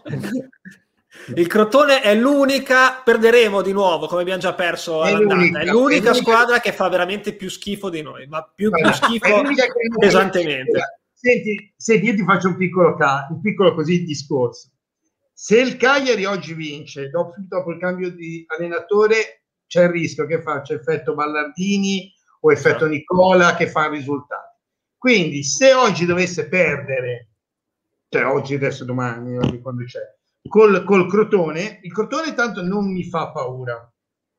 Il Crotone è l'unica, perderemo di nuovo come abbiamo già perso all'andata, è l'unica squadra che fa veramente più schifo di noi, ma più schifo pesantemente. Senti, io ti faccio un piccolo così discorso. Se il Cagliari oggi vince, dopo il cambio di allenatore, c'è il rischio che faccia effetto Ballardini o effetto Nicola che fa risultati. Quindi se oggi dovesse perdere, cioè oggi, adesso, domani, quando c'è, col Crotone, il Crotone tanto non mi fa paura.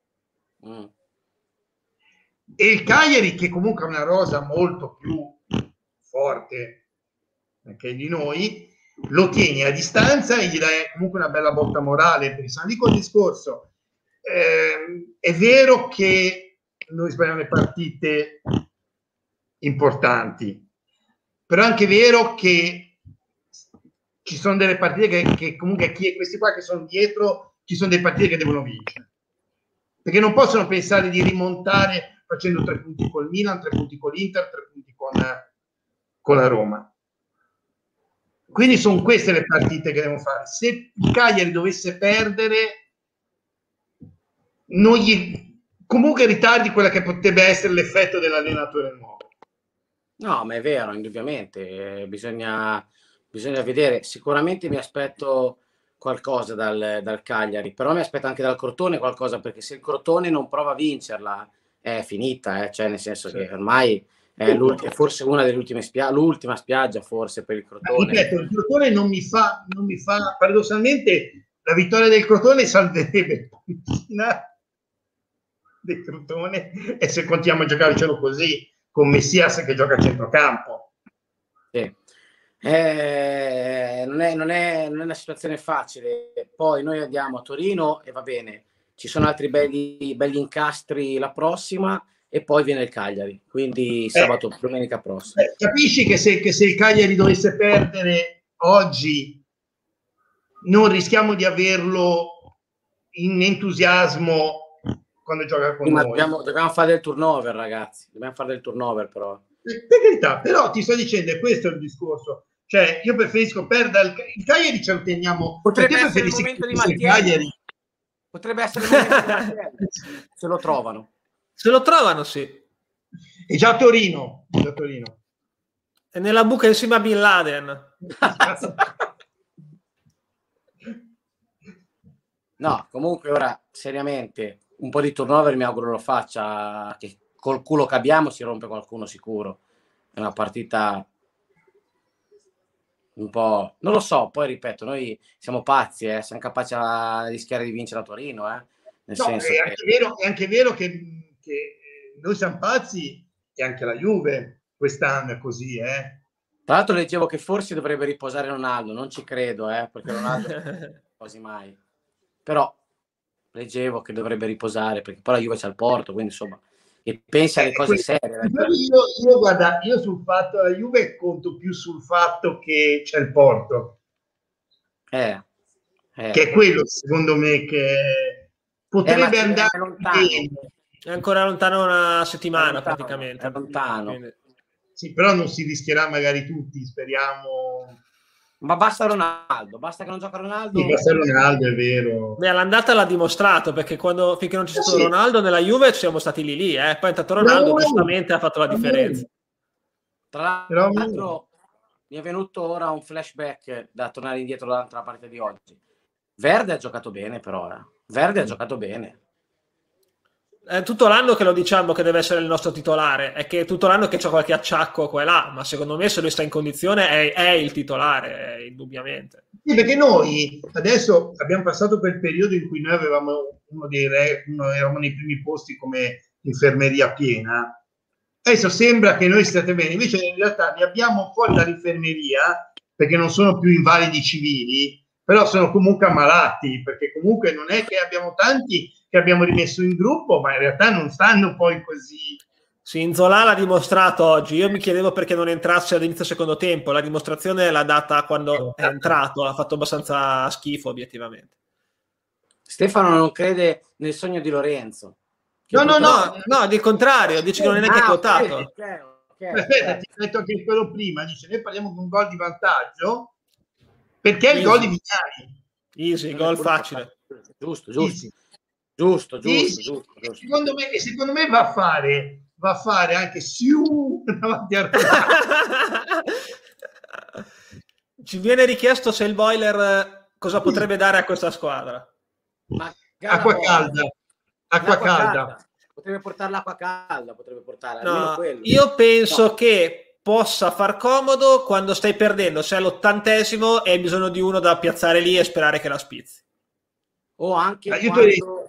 E il Cagliari, che comunque ha una rosa molto più forte anche di noi, lo tieni a distanza e gli dai comunque una bella botta morale. Perché se dico il discorso, è vero che noi sbagliamo le partite importanti, però è anche vero che ci sono delle partite che comunque questi qua che sono dietro, ci sono delle partite che devono vincere, perché non possono pensare di rimontare facendo 3 punti col Milan, 3 punti con l'Inter, 3 punti con la Roma. Quindi sono queste le partite che devono fare. Se il Cagliari dovesse perdere, comunque ritardi quella che potrebbe essere l'effetto dell'allenatore nuovo. No, ma è vero, indubbiamente, bisogna vedere. Sicuramente mi aspetto qualcosa dal Cagliari, però mi aspetto anche dal Crotone qualcosa, perché se il Crotone non prova a vincerla è finita, cioè nel senso che ormai è forse una delle ultime l'ultima spiaggia forse per il Crotone. Ripeto, il Crotone non mi fa paradossalmente, la vittoria del Crotone salverebbe il puntina del Crotone, e se continuiamo a giocarcelo così con Messias che gioca a centrocampo. Sì. Non è una situazione facile. Poi noi andiamo a Torino e va bene, ci sono altri belli incastri la prossima e poi viene il Cagliari, quindi sabato, domenica prossima. Capisci che se il Cagliari dovesse perdere oggi non rischiamo di averlo in entusiasmo quando gioca con Ma noi. dobbiamo fare del turnover, ragazzi. Dobbiamo fare del turnover, però. Per carità, però ti sto dicendo, e questo è il discorso. Cioè, io preferisco perdere il Cagliari, ce lo teniamo. Potrebbe Cioè, essere il momento di Mattiello. Cagliari. Potrebbe essere il momento di Mattiello, se lo trovano. Se lo trovano, sì. E già a Torino. Già a Torino. È nella buca insieme a Bin Laden. No, comunque ora, seriamente, un po' di turnover mi auguro lo faccia, che col culo che abbiamo si rompe qualcuno sicuro. È una partita un po'... Non lo so, poi ripeto, noi siamo pazzi, siamo capaci a rischiare di vincere a Torino, nel senso è anche vero che noi siamo pazzi e anche la Juve quest'anno è così, Tra l'altro leggevo che forse dovrebbe riposare Ronaldo, non ci credo, perché Ronaldo non quasi mai. Però leggevo che dovrebbe riposare, perché poi la Juve c'ha il Porto, quindi insomma, e pensa alle cose serie. Guarda, io sul fatto della Juve conto più sul fatto che c'è il Porto. Che è quello, secondo me, che potrebbe andare lontano. È ancora lontano una settimana, praticamente. È lontano. Quindi... Sì, però non si rischierà magari tutti, speriamo. Ma basta Ronaldo, basta che non gioca Ronaldo. Sì, basta Ronaldo, è vero. Beh, l'andata l'ha dimostrato, perché finché non c'è stato Ronaldo nella Juve siamo stati lì. Poi intanto Ronaldo giustamente ha fatto la differenza. Tra l'altro mi è venuto ora un flashback da tornare indietro dall'altra parte di oggi. Verde ha giocato bene, però. Verde ha giocato bene. È tutto l'anno che lo diciamo che deve essere il nostro titolare, è che tutto l'anno che c'è qualche acciacco qua e là, ma secondo me se lui sta in condizione è il titolare, indubbiamente. Sì, perché noi adesso abbiamo passato quel periodo in cui noi avevamo eravamo nei primi posti come infermeria piena. Adesso sembra che noi stiate bene, invece in realtà ne abbiamo fuori dall'infermeria perché non sono più invalidi civili, però sono comunque ammalati, perché comunque non è che abbiamo tanti che abbiamo rimesso in gruppo, ma in realtà non stanno poi così. Sì, Nzola l'ha dimostrato oggi. Io mi chiedevo perché non entrasse ad inizio secondo tempo. La dimostrazione l'ha data quando è entrato, ha fatto abbastanza schifo, obiettivamente. Stefano non crede nel sogno di Lorenzo. No, di contrario, dice che non è neanche quotato. Aspetta, ti ho detto anche quello prima, dice noi parliamo di un gol di vantaggio perché è il gol di Vignali. Easy, gol facile. Giusto. Secondo me va a fare anche davanti a Ci viene richiesto se il Boiler cosa potrebbe dare a questa squadra. Acqua calda. Potrebbe portare l'acqua calda, no, io penso che possa far comodo quando stai perdendo, se è all'80° e hai bisogno di uno da piazzare lì e sperare che la spizzi. O anche quando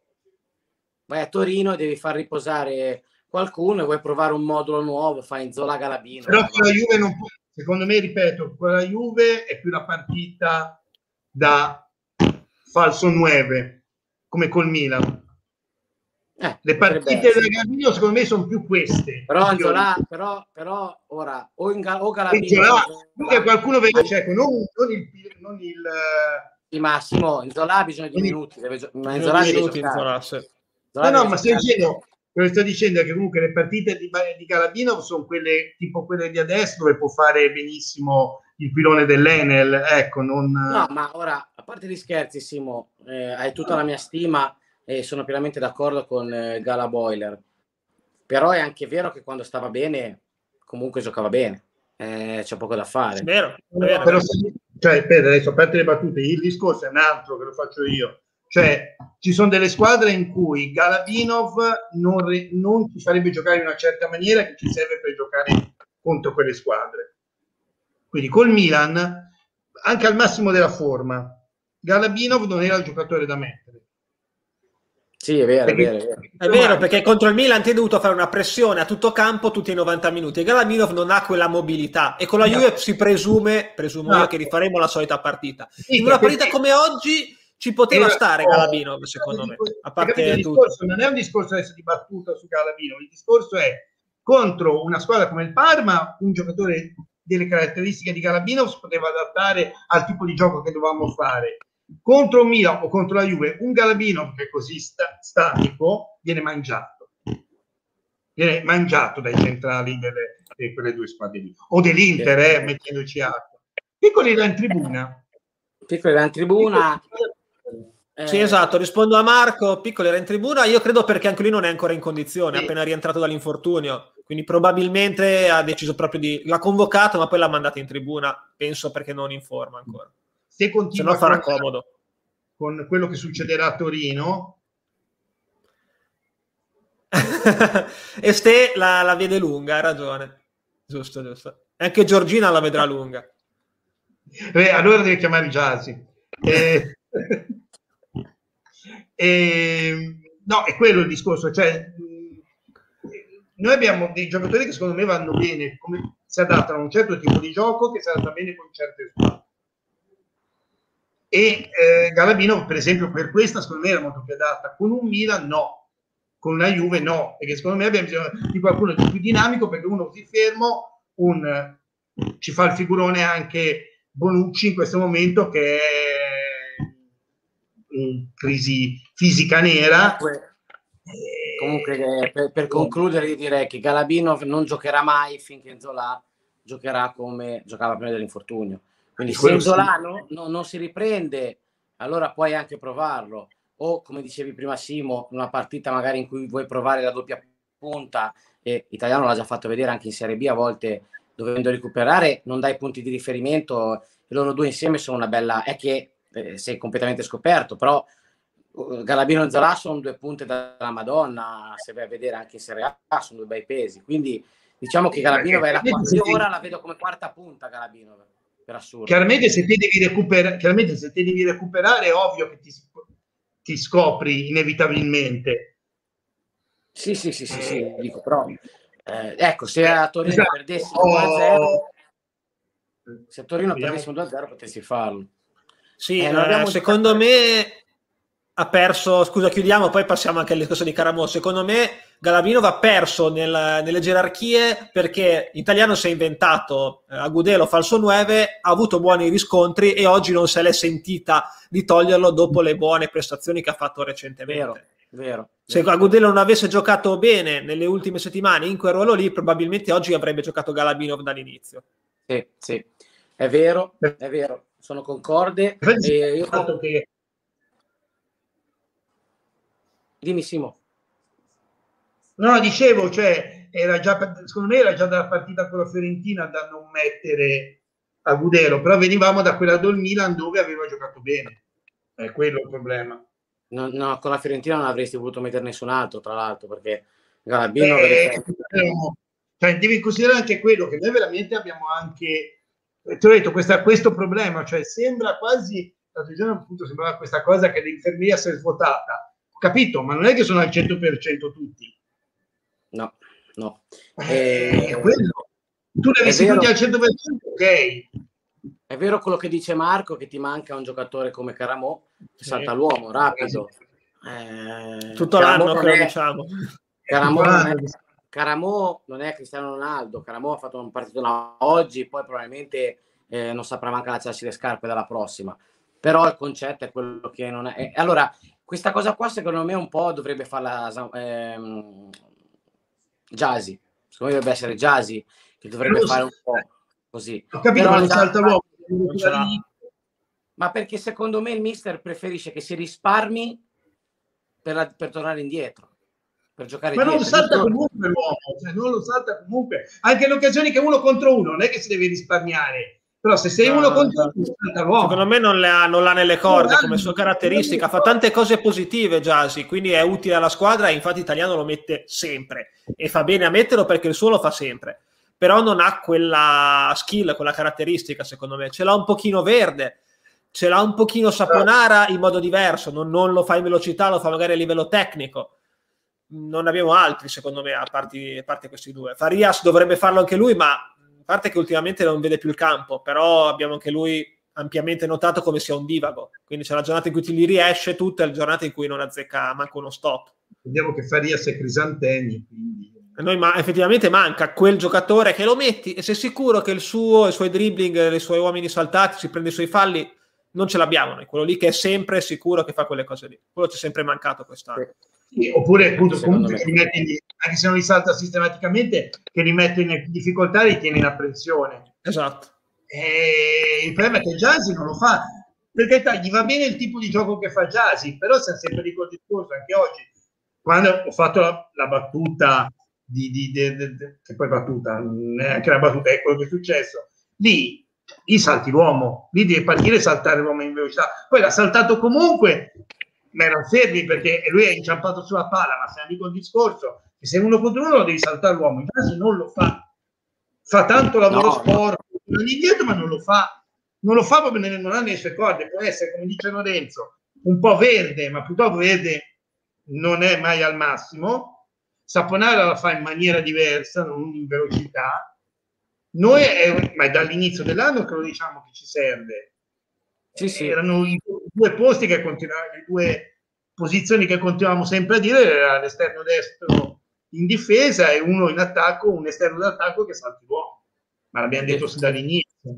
vai a Torino e devi far riposare qualcuno e vuoi provare un modulo nuovo, fai Nzola Galabino. Però con la Juve non può, secondo me, ripeto, con la Juve è più la partita da falso 9, come col Milan. Le partite del Galabino secondo me sono più queste. Però Nzola, però ora o Galabino che qualcuno vede, cioè, non il di Massimo, Nzola ha bisogno di minuti, Nzola deve giocare. No, ma sto dicendo è che comunque le partite di Galabino sono quelle tipo quelle di adesso, dove può fare benissimo il pilone dell'Enel, ecco, non... No, ma ora, a parte gli scherzi, Simo, hai tutta la mia stima e sono pienamente d'accordo con Gala Boiler, però è anche vero che quando stava bene comunque giocava bene, c'è poco da fare. Vero. Però cioè, adesso, a parte le battute, il discorso è un altro che lo faccio io, cioè ci sono delle squadre in cui Galabinov non ci farebbe giocare in una certa maniera che ci serve per giocare contro quelle squadre. Quindi col Milan, anche al massimo della forma, Galabinov non era il giocatore da mettere. Sì, è vero, è vero, perché contro il Milan ti è dovuto fare una pressione a tutto campo tutti i 90 minuti e Galabinov non ha quella mobilità e con la Juve si presumo io che rifaremo la solita partita. In una partita come oggi ci poteva stare Galabinov, secondo me, a parte tutto. Non è un discorso adesso di battuta su Galabinov, il discorso è contro una squadra come il Parma, un giocatore delle caratteristiche di Galabinov si poteva adattare al tipo di gioco che dovevamo fare. contro un Milan o contro la Juve, un Galabinov che è così statico viene mangiato dai centrali di quelle due squadre lì, o dell'Inter, mettendoci acqua. Piccoli là in tribuna. Sì, esatto, rispondo a Marco. Piccoli era in tribuna, io credo perché anche lui non è ancora in condizione, è appena rientrato dall'infortunio, quindi probabilmente ha deciso proprio l'ha convocato, ma poi l'ha mandato in tribuna, penso perché non informa ancora. Se no farà comodo. Con quello che succederà a Torino. E Ste la vede lunga, hai ragione. Giusto. Anche Giorgina la vedrà lunga. Allora deve chiamare Jasi. No, è quello il discorso. Cioè, noi abbiamo dei giocatori che secondo me vanno bene, come si adattano a un certo tipo di gioco che si adatta bene con certe squadre. E Galabino, per esempio, per questa secondo me era molto più adatta. Con un Milan no. Con una Juve no, perché secondo me abbiamo bisogno di qualcuno di più dinamico, perché uno così fermo ci fa il figurone anche Bonucci in questo momento, che è in crisi fisica nera. Comunque per concludere io direi che Galabinov non giocherà mai finché Nzola giocherà come giocava prima dell'infortunio, quindi se Nzola non si riprende, allora puoi anche provarlo, o come dicevi prima Simo, una partita magari in cui vuoi provare la doppia punta, e Italiano l'ha già fatto vedere anche in Serie B, a volte dovendo recuperare non dai punti di riferimento, e loro due insieme sono una bella, è che sei completamente scoperto, però Galabino e Nzola sono due punte della Madonna, se vai a vedere anche in Serie A sono due bei pesi, quindi diciamo che Galabino è la quarta, io ora la vedo come quarta punta Galabino, per assurdo. Chiaramente se te devi recuperare è ovvio che ti scopri inevitabilmente. Sì, dico, però ecco, se a Torino perdessimo 2-0, se a Torino perdessimo 2-0 potessi farlo. Sì, secondo me ha perso, scusa chiudiamo, poi passiamo anche al discorso di Caramò. Secondo me Galabinov ha perso nelle gerarchie perché Italiano si è inventato Agudelo falso 9, ha avuto buoni riscontri e oggi non se l'è sentita di toglierlo dopo le buone prestazioni che ha fatto recentemente. Vero. Se Agudelo non avesse giocato bene nelle ultime settimane in quel ruolo lì, probabilmente oggi avrebbe giocato Galabinov dall'inizio. Sì, è vero, sono concorde. Dimmi Simo. No, dicevo, cioè, secondo me era già dalla partita con la Fiorentina da non mettere Agudelo, però venivamo da quella del Milan dove aveva giocato bene. È quello il problema. No, con la Fiorentina non avresti voluto mettere nessun altro, tra l'altro, perché Galabino... cioè, devi considerare anche quello, che noi veramente abbiamo anche... Ti ho detto, questo problema, cioè sembra quasi... L'altro giorno appunto sembrava questa cosa che l'infermeria si è svuotata. Capito, ma non è che sono al 100% tutti. No. Quello. Tu devi essere tutti al 100%, ok. È vero quello che dice Marco, che ti manca un giocatore come Caramò, che salta l'uomo, rapido. Tutto l'anno che lo diciamo. Caramò non è Cristiano Ronaldo. Caramò ha fatto un partito oggi, poi probabilmente non saprà manca lanciarsi le scarpe dalla prossima. Però il concetto è quello che non è. Allora, questa cosa qua secondo me un po' dovrebbe farla Jasi. Secondo me dovrebbe essere Jasi che dovrebbe fare un po' così. Ho capito, però ma non salta l'uomo. Ma perché secondo me il mister preferisce che si risparmi per tornare indietro, per giocare ma dietro. Non salta comunque l'uomo, cioè non lo salta comunque. Anche le occasioni che uno contro uno, non è che si deve risparmiare. Però se sei uno contro uno, salta l'uomo. Secondo me non l'ha nelle corde come sua caratteristica. Fa tante cose positive Jasi, quindi è utile alla squadra e infatti Italiano lo mette sempre e fa bene a metterlo perché il suo lo fa sempre. Però non ha quella skill, quella caratteristica, secondo me. Ce l'ha un pochino Verde, ce l'ha un pochino Saponara in modo diverso, non lo fa in velocità, lo fa magari a livello tecnico. Non abbiamo altri, secondo me, a parte questi due. Farias dovrebbe farlo anche lui, ma a parte che ultimamente non vede più il campo, però abbiamo anche lui ampiamente notato come sia un divago. Quindi c'è la giornata in cui ti li riesce tutte, la giornata in cui non azzecca manco uno stop. Vediamo che Farias è Crisantelli, quindi... effettivamente manca quel giocatore che lo metti e sei sicuro che i suoi dribbling, i suoi uomini saltati, si prende i suoi falli, non ce l'abbiamo noi, quello lì che è sempre sicuro che fa quelle cose lì, quello ci è sempre mancato quest'anno. Sì, oppure appunto comunque che anche se non li salta sistematicamente, che li mette in difficoltà, li tiene in apprensione. Esatto. E il problema è che Gyasi non lo fa, perché gli va bene il tipo di gioco che fa Gyasi, però siamo sempre di quel discorso. Anche oggi, quando ho fatto la battuta che poi battuta, neanche la battuta, è quello che è successo lì, salti l'uomo, lì devi partire e saltare l'uomo in velocità, poi l'ha saltato comunque, ma erano fermi perché lui è inciampato sulla palla, ma se amico il discorso che se uno contro uno devi saltare l'uomo, in caso non lo fa tanto lavoro sporco indietro, ma non lo fa proprio, non ha nelle sue corde. Può essere, come dice Lorenzo, un po' verde, ma purtroppo verde non è mai al massimo. Saponara la fa in maniera diversa, non in velocità. Noi ma è dall'inizio dell'anno che lo diciamo che ci serve. Sì. Erano i due posti che continuavano, le due posizioni che continuavamo sempre a dire, era l'esterno destro in difesa e uno in attacco, un esterno d'attacco che salti l'uomo. Ma l'abbiamo detto sin dall'inizio.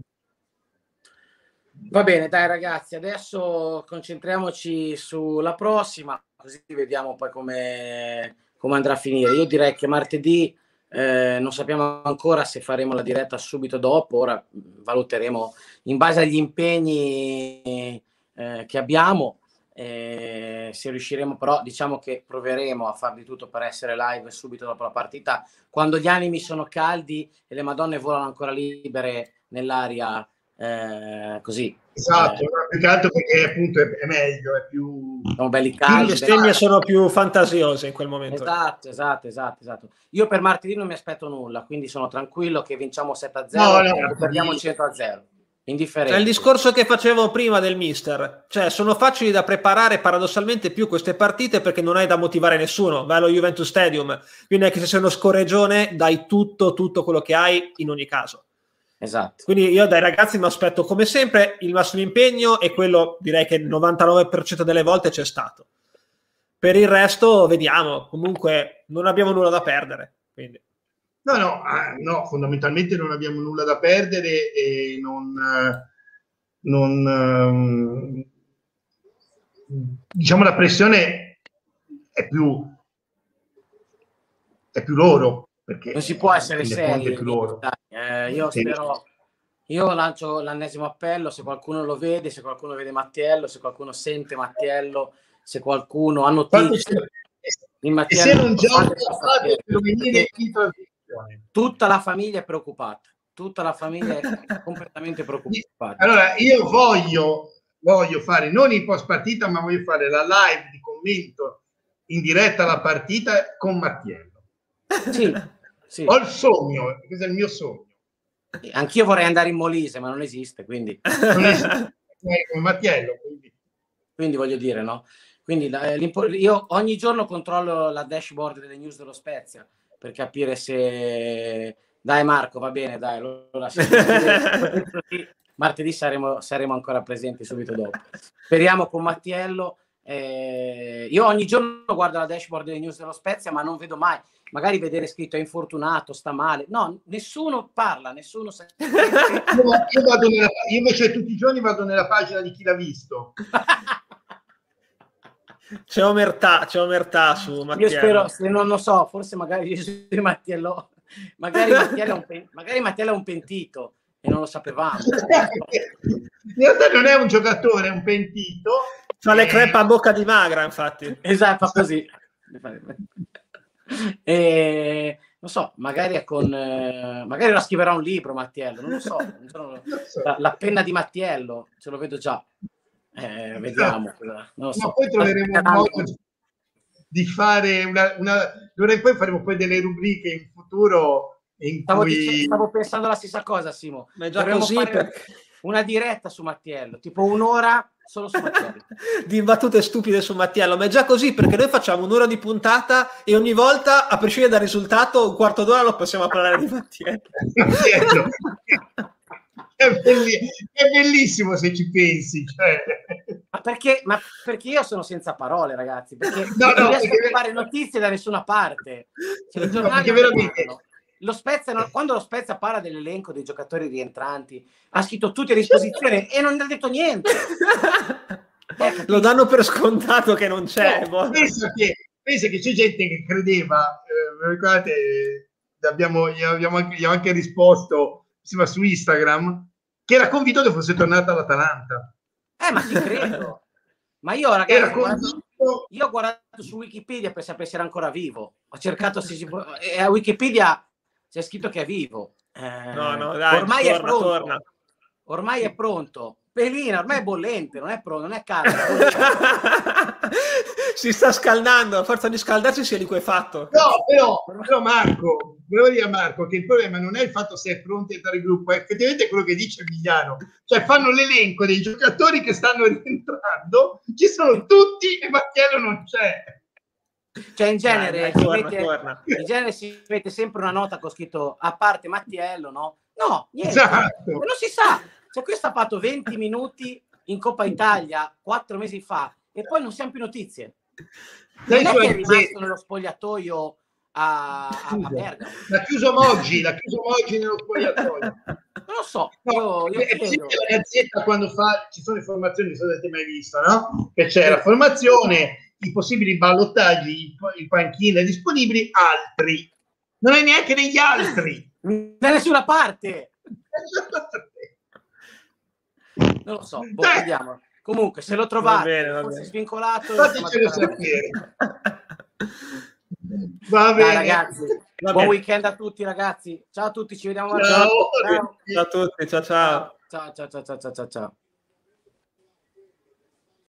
Va bene, dai ragazzi, adesso concentriamoci sulla prossima, così vediamo poi come andrà a finire. Io direi che martedì non sappiamo ancora se faremo la diretta subito dopo, ora valuteremo in base agli impegni che abbiamo, se riusciremo, però diciamo che proveremo a far di tutto per essere live subito dopo la partita, quando gli animi sono caldi e le madonne volano ancora libere nell'aria, così. Esatto, più che altro perché appunto è meglio, è più... Sono belli caldi. Le bestemmie sono più fantasiose in quel momento. Esatto. Io per martedì non mi aspetto nulla, quindi sono tranquillo che vinciamo 7-0 e perdiamo 100-0. Indifferente. È il discorso che facevo prima del mister, cioè sono facili da preparare paradossalmente più queste partite perché non hai da motivare nessuno, vai allo Juventus Stadium, quindi è che se sei uno scorreggione dai tutto quello che hai in ogni caso. Esatto. Quindi io dai ragazzi mi aspetto come sempre il massimo impegno e quello direi che il 99% delle volte c'è stato. Per il resto vediamo, comunque non abbiamo nulla da perdere. Quindi. No, fondamentalmente non abbiamo nulla da perdere e diciamo la pressione è più loro. Perché non si può essere seri. Io sì. spero, io lancio l'ennesimo appello, se qualcuno lo vede, se qualcuno vede Mattiello, se qualcuno sente Mattiello, se qualcuno ha notizie di Mattiello, se non gioca, venire in transizione. Tutta la famiglia è preoccupata, tutta la famiglia è completamente preoccupata. Allora io voglio fare non in post partita, ma voglio fare la live di commento in diretta alla partita con Mattiello. Sì. Ho il sogno, questo è il mio sogno. Anch'io vorrei andare in Molise, ma non esiste, quindi non esiste come Mattiello, quindi voglio dire, no? Quindi io ogni giorno controllo la dashboard delle news dello Spezia per capire se dai Marco, va bene, dai, allora martedì saremo ancora presenti subito dopo. Speriamo con Mattiello. Io ogni giorno guardo la dashboard delle news dello Spezia, ma non vedo mai, magari vedere scritto è infortunato, sta male, no, nessuno parla, nessuno sa. io invece tutti i giorni vado nella pagina di chi l'ha visto. C'è omertà su Mattiello. Io spero, se non lo so, forse magari Mattiello, magari Mattiello è un pentito e non lo sapevamo. In realtà non è un giocatore, è un pentito. Fa le crepe a bocca di magra, infatti. Esatto, così. Non so, magari è magari ora scriverà un libro Mattiello, non lo so. La penna di Mattiello, ce lo vedo già. Vediamo. Non lo so. Ma poi troveremo un modo di fare poi faremo poi delle rubriche in futuro in cui... Stavo pensando la stessa cosa, Simo. Ma è già così una diretta su Mattiello, tipo un'ora solo su Mattiello. Di battute stupide su Mattiello, ma è già così perché noi facciamo un'ora di puntata e ogni volta, a prescindere dal risultato, un quarto d'ora lo possiamo parlare di Mattiello. È bellissimo se ci pensi, cioè. Ma perché io sono senza parole, ragazzi, perché non riesco a fare notizie da nessuna parte. Cioè, i giornali quando lo Spezia parla dell'elenco dei giocatori rientranti, ha scritto tutti a disposizione e non ha detto niente. Lo danno per scontato che non c'è. No, pensa che c'è gente che credeva, ricordate, gli abbiamo anche risposto su Instagram, che era convinto che fosse tornata all'Atalanta. Ma ti credo. Ma io, ragazzi, io ho guardato su Wikipedia per sapere se era ancora vivo. Ho cercato e a Wikipedia c'è scritto che è vivo. No, dai, ormai torna, è pronto. torna. Ormai è pronto. Pelina, ormai è bollente, non è pronto, non è caldo. Si sta scaldando, a forza di scaldarsi si è liquefatto. No, però Marco, volevo dire a Marco che il problema non è il fatto se è pronto a entrare in gruppo, è effettivamente quello che dice Emiliano. Cioè fanno l'elenco dei giocatori che stanno rientrando, ci sono tutti e Mattiello non c'è. Cioè in genere, torna. In genere si mette sempre una nota con scritto a parte Mattiello, no? No, niente, Esatto. non si sa. Cioè questo ha fatto 20 minuti in Coppa Italia 4 mesi fa e poi non siamo più notizie. Non è che è rimasto nello spogliatoio a Bergamo. L'ha chiuso Moggi nello spogliatoio. Non lo so. No, io credo. La Gazzetta quando ci sono le formazioni, non so se avete mai visto, no? Che c'è la formazione, i possibili ballottaggi, i panchine disponibili, altri. Non è neanche negli altri. Da nessuna parte. Non lo so, vediamo. Comunque, se lo trovate, fosse svincolato, fatecelo sapere. Va bene, ragazzi. Buon weekend a tutti, ragazzi. Ciao a tutti, ci vediamo. Ciao a tutti, ciao. Ciao.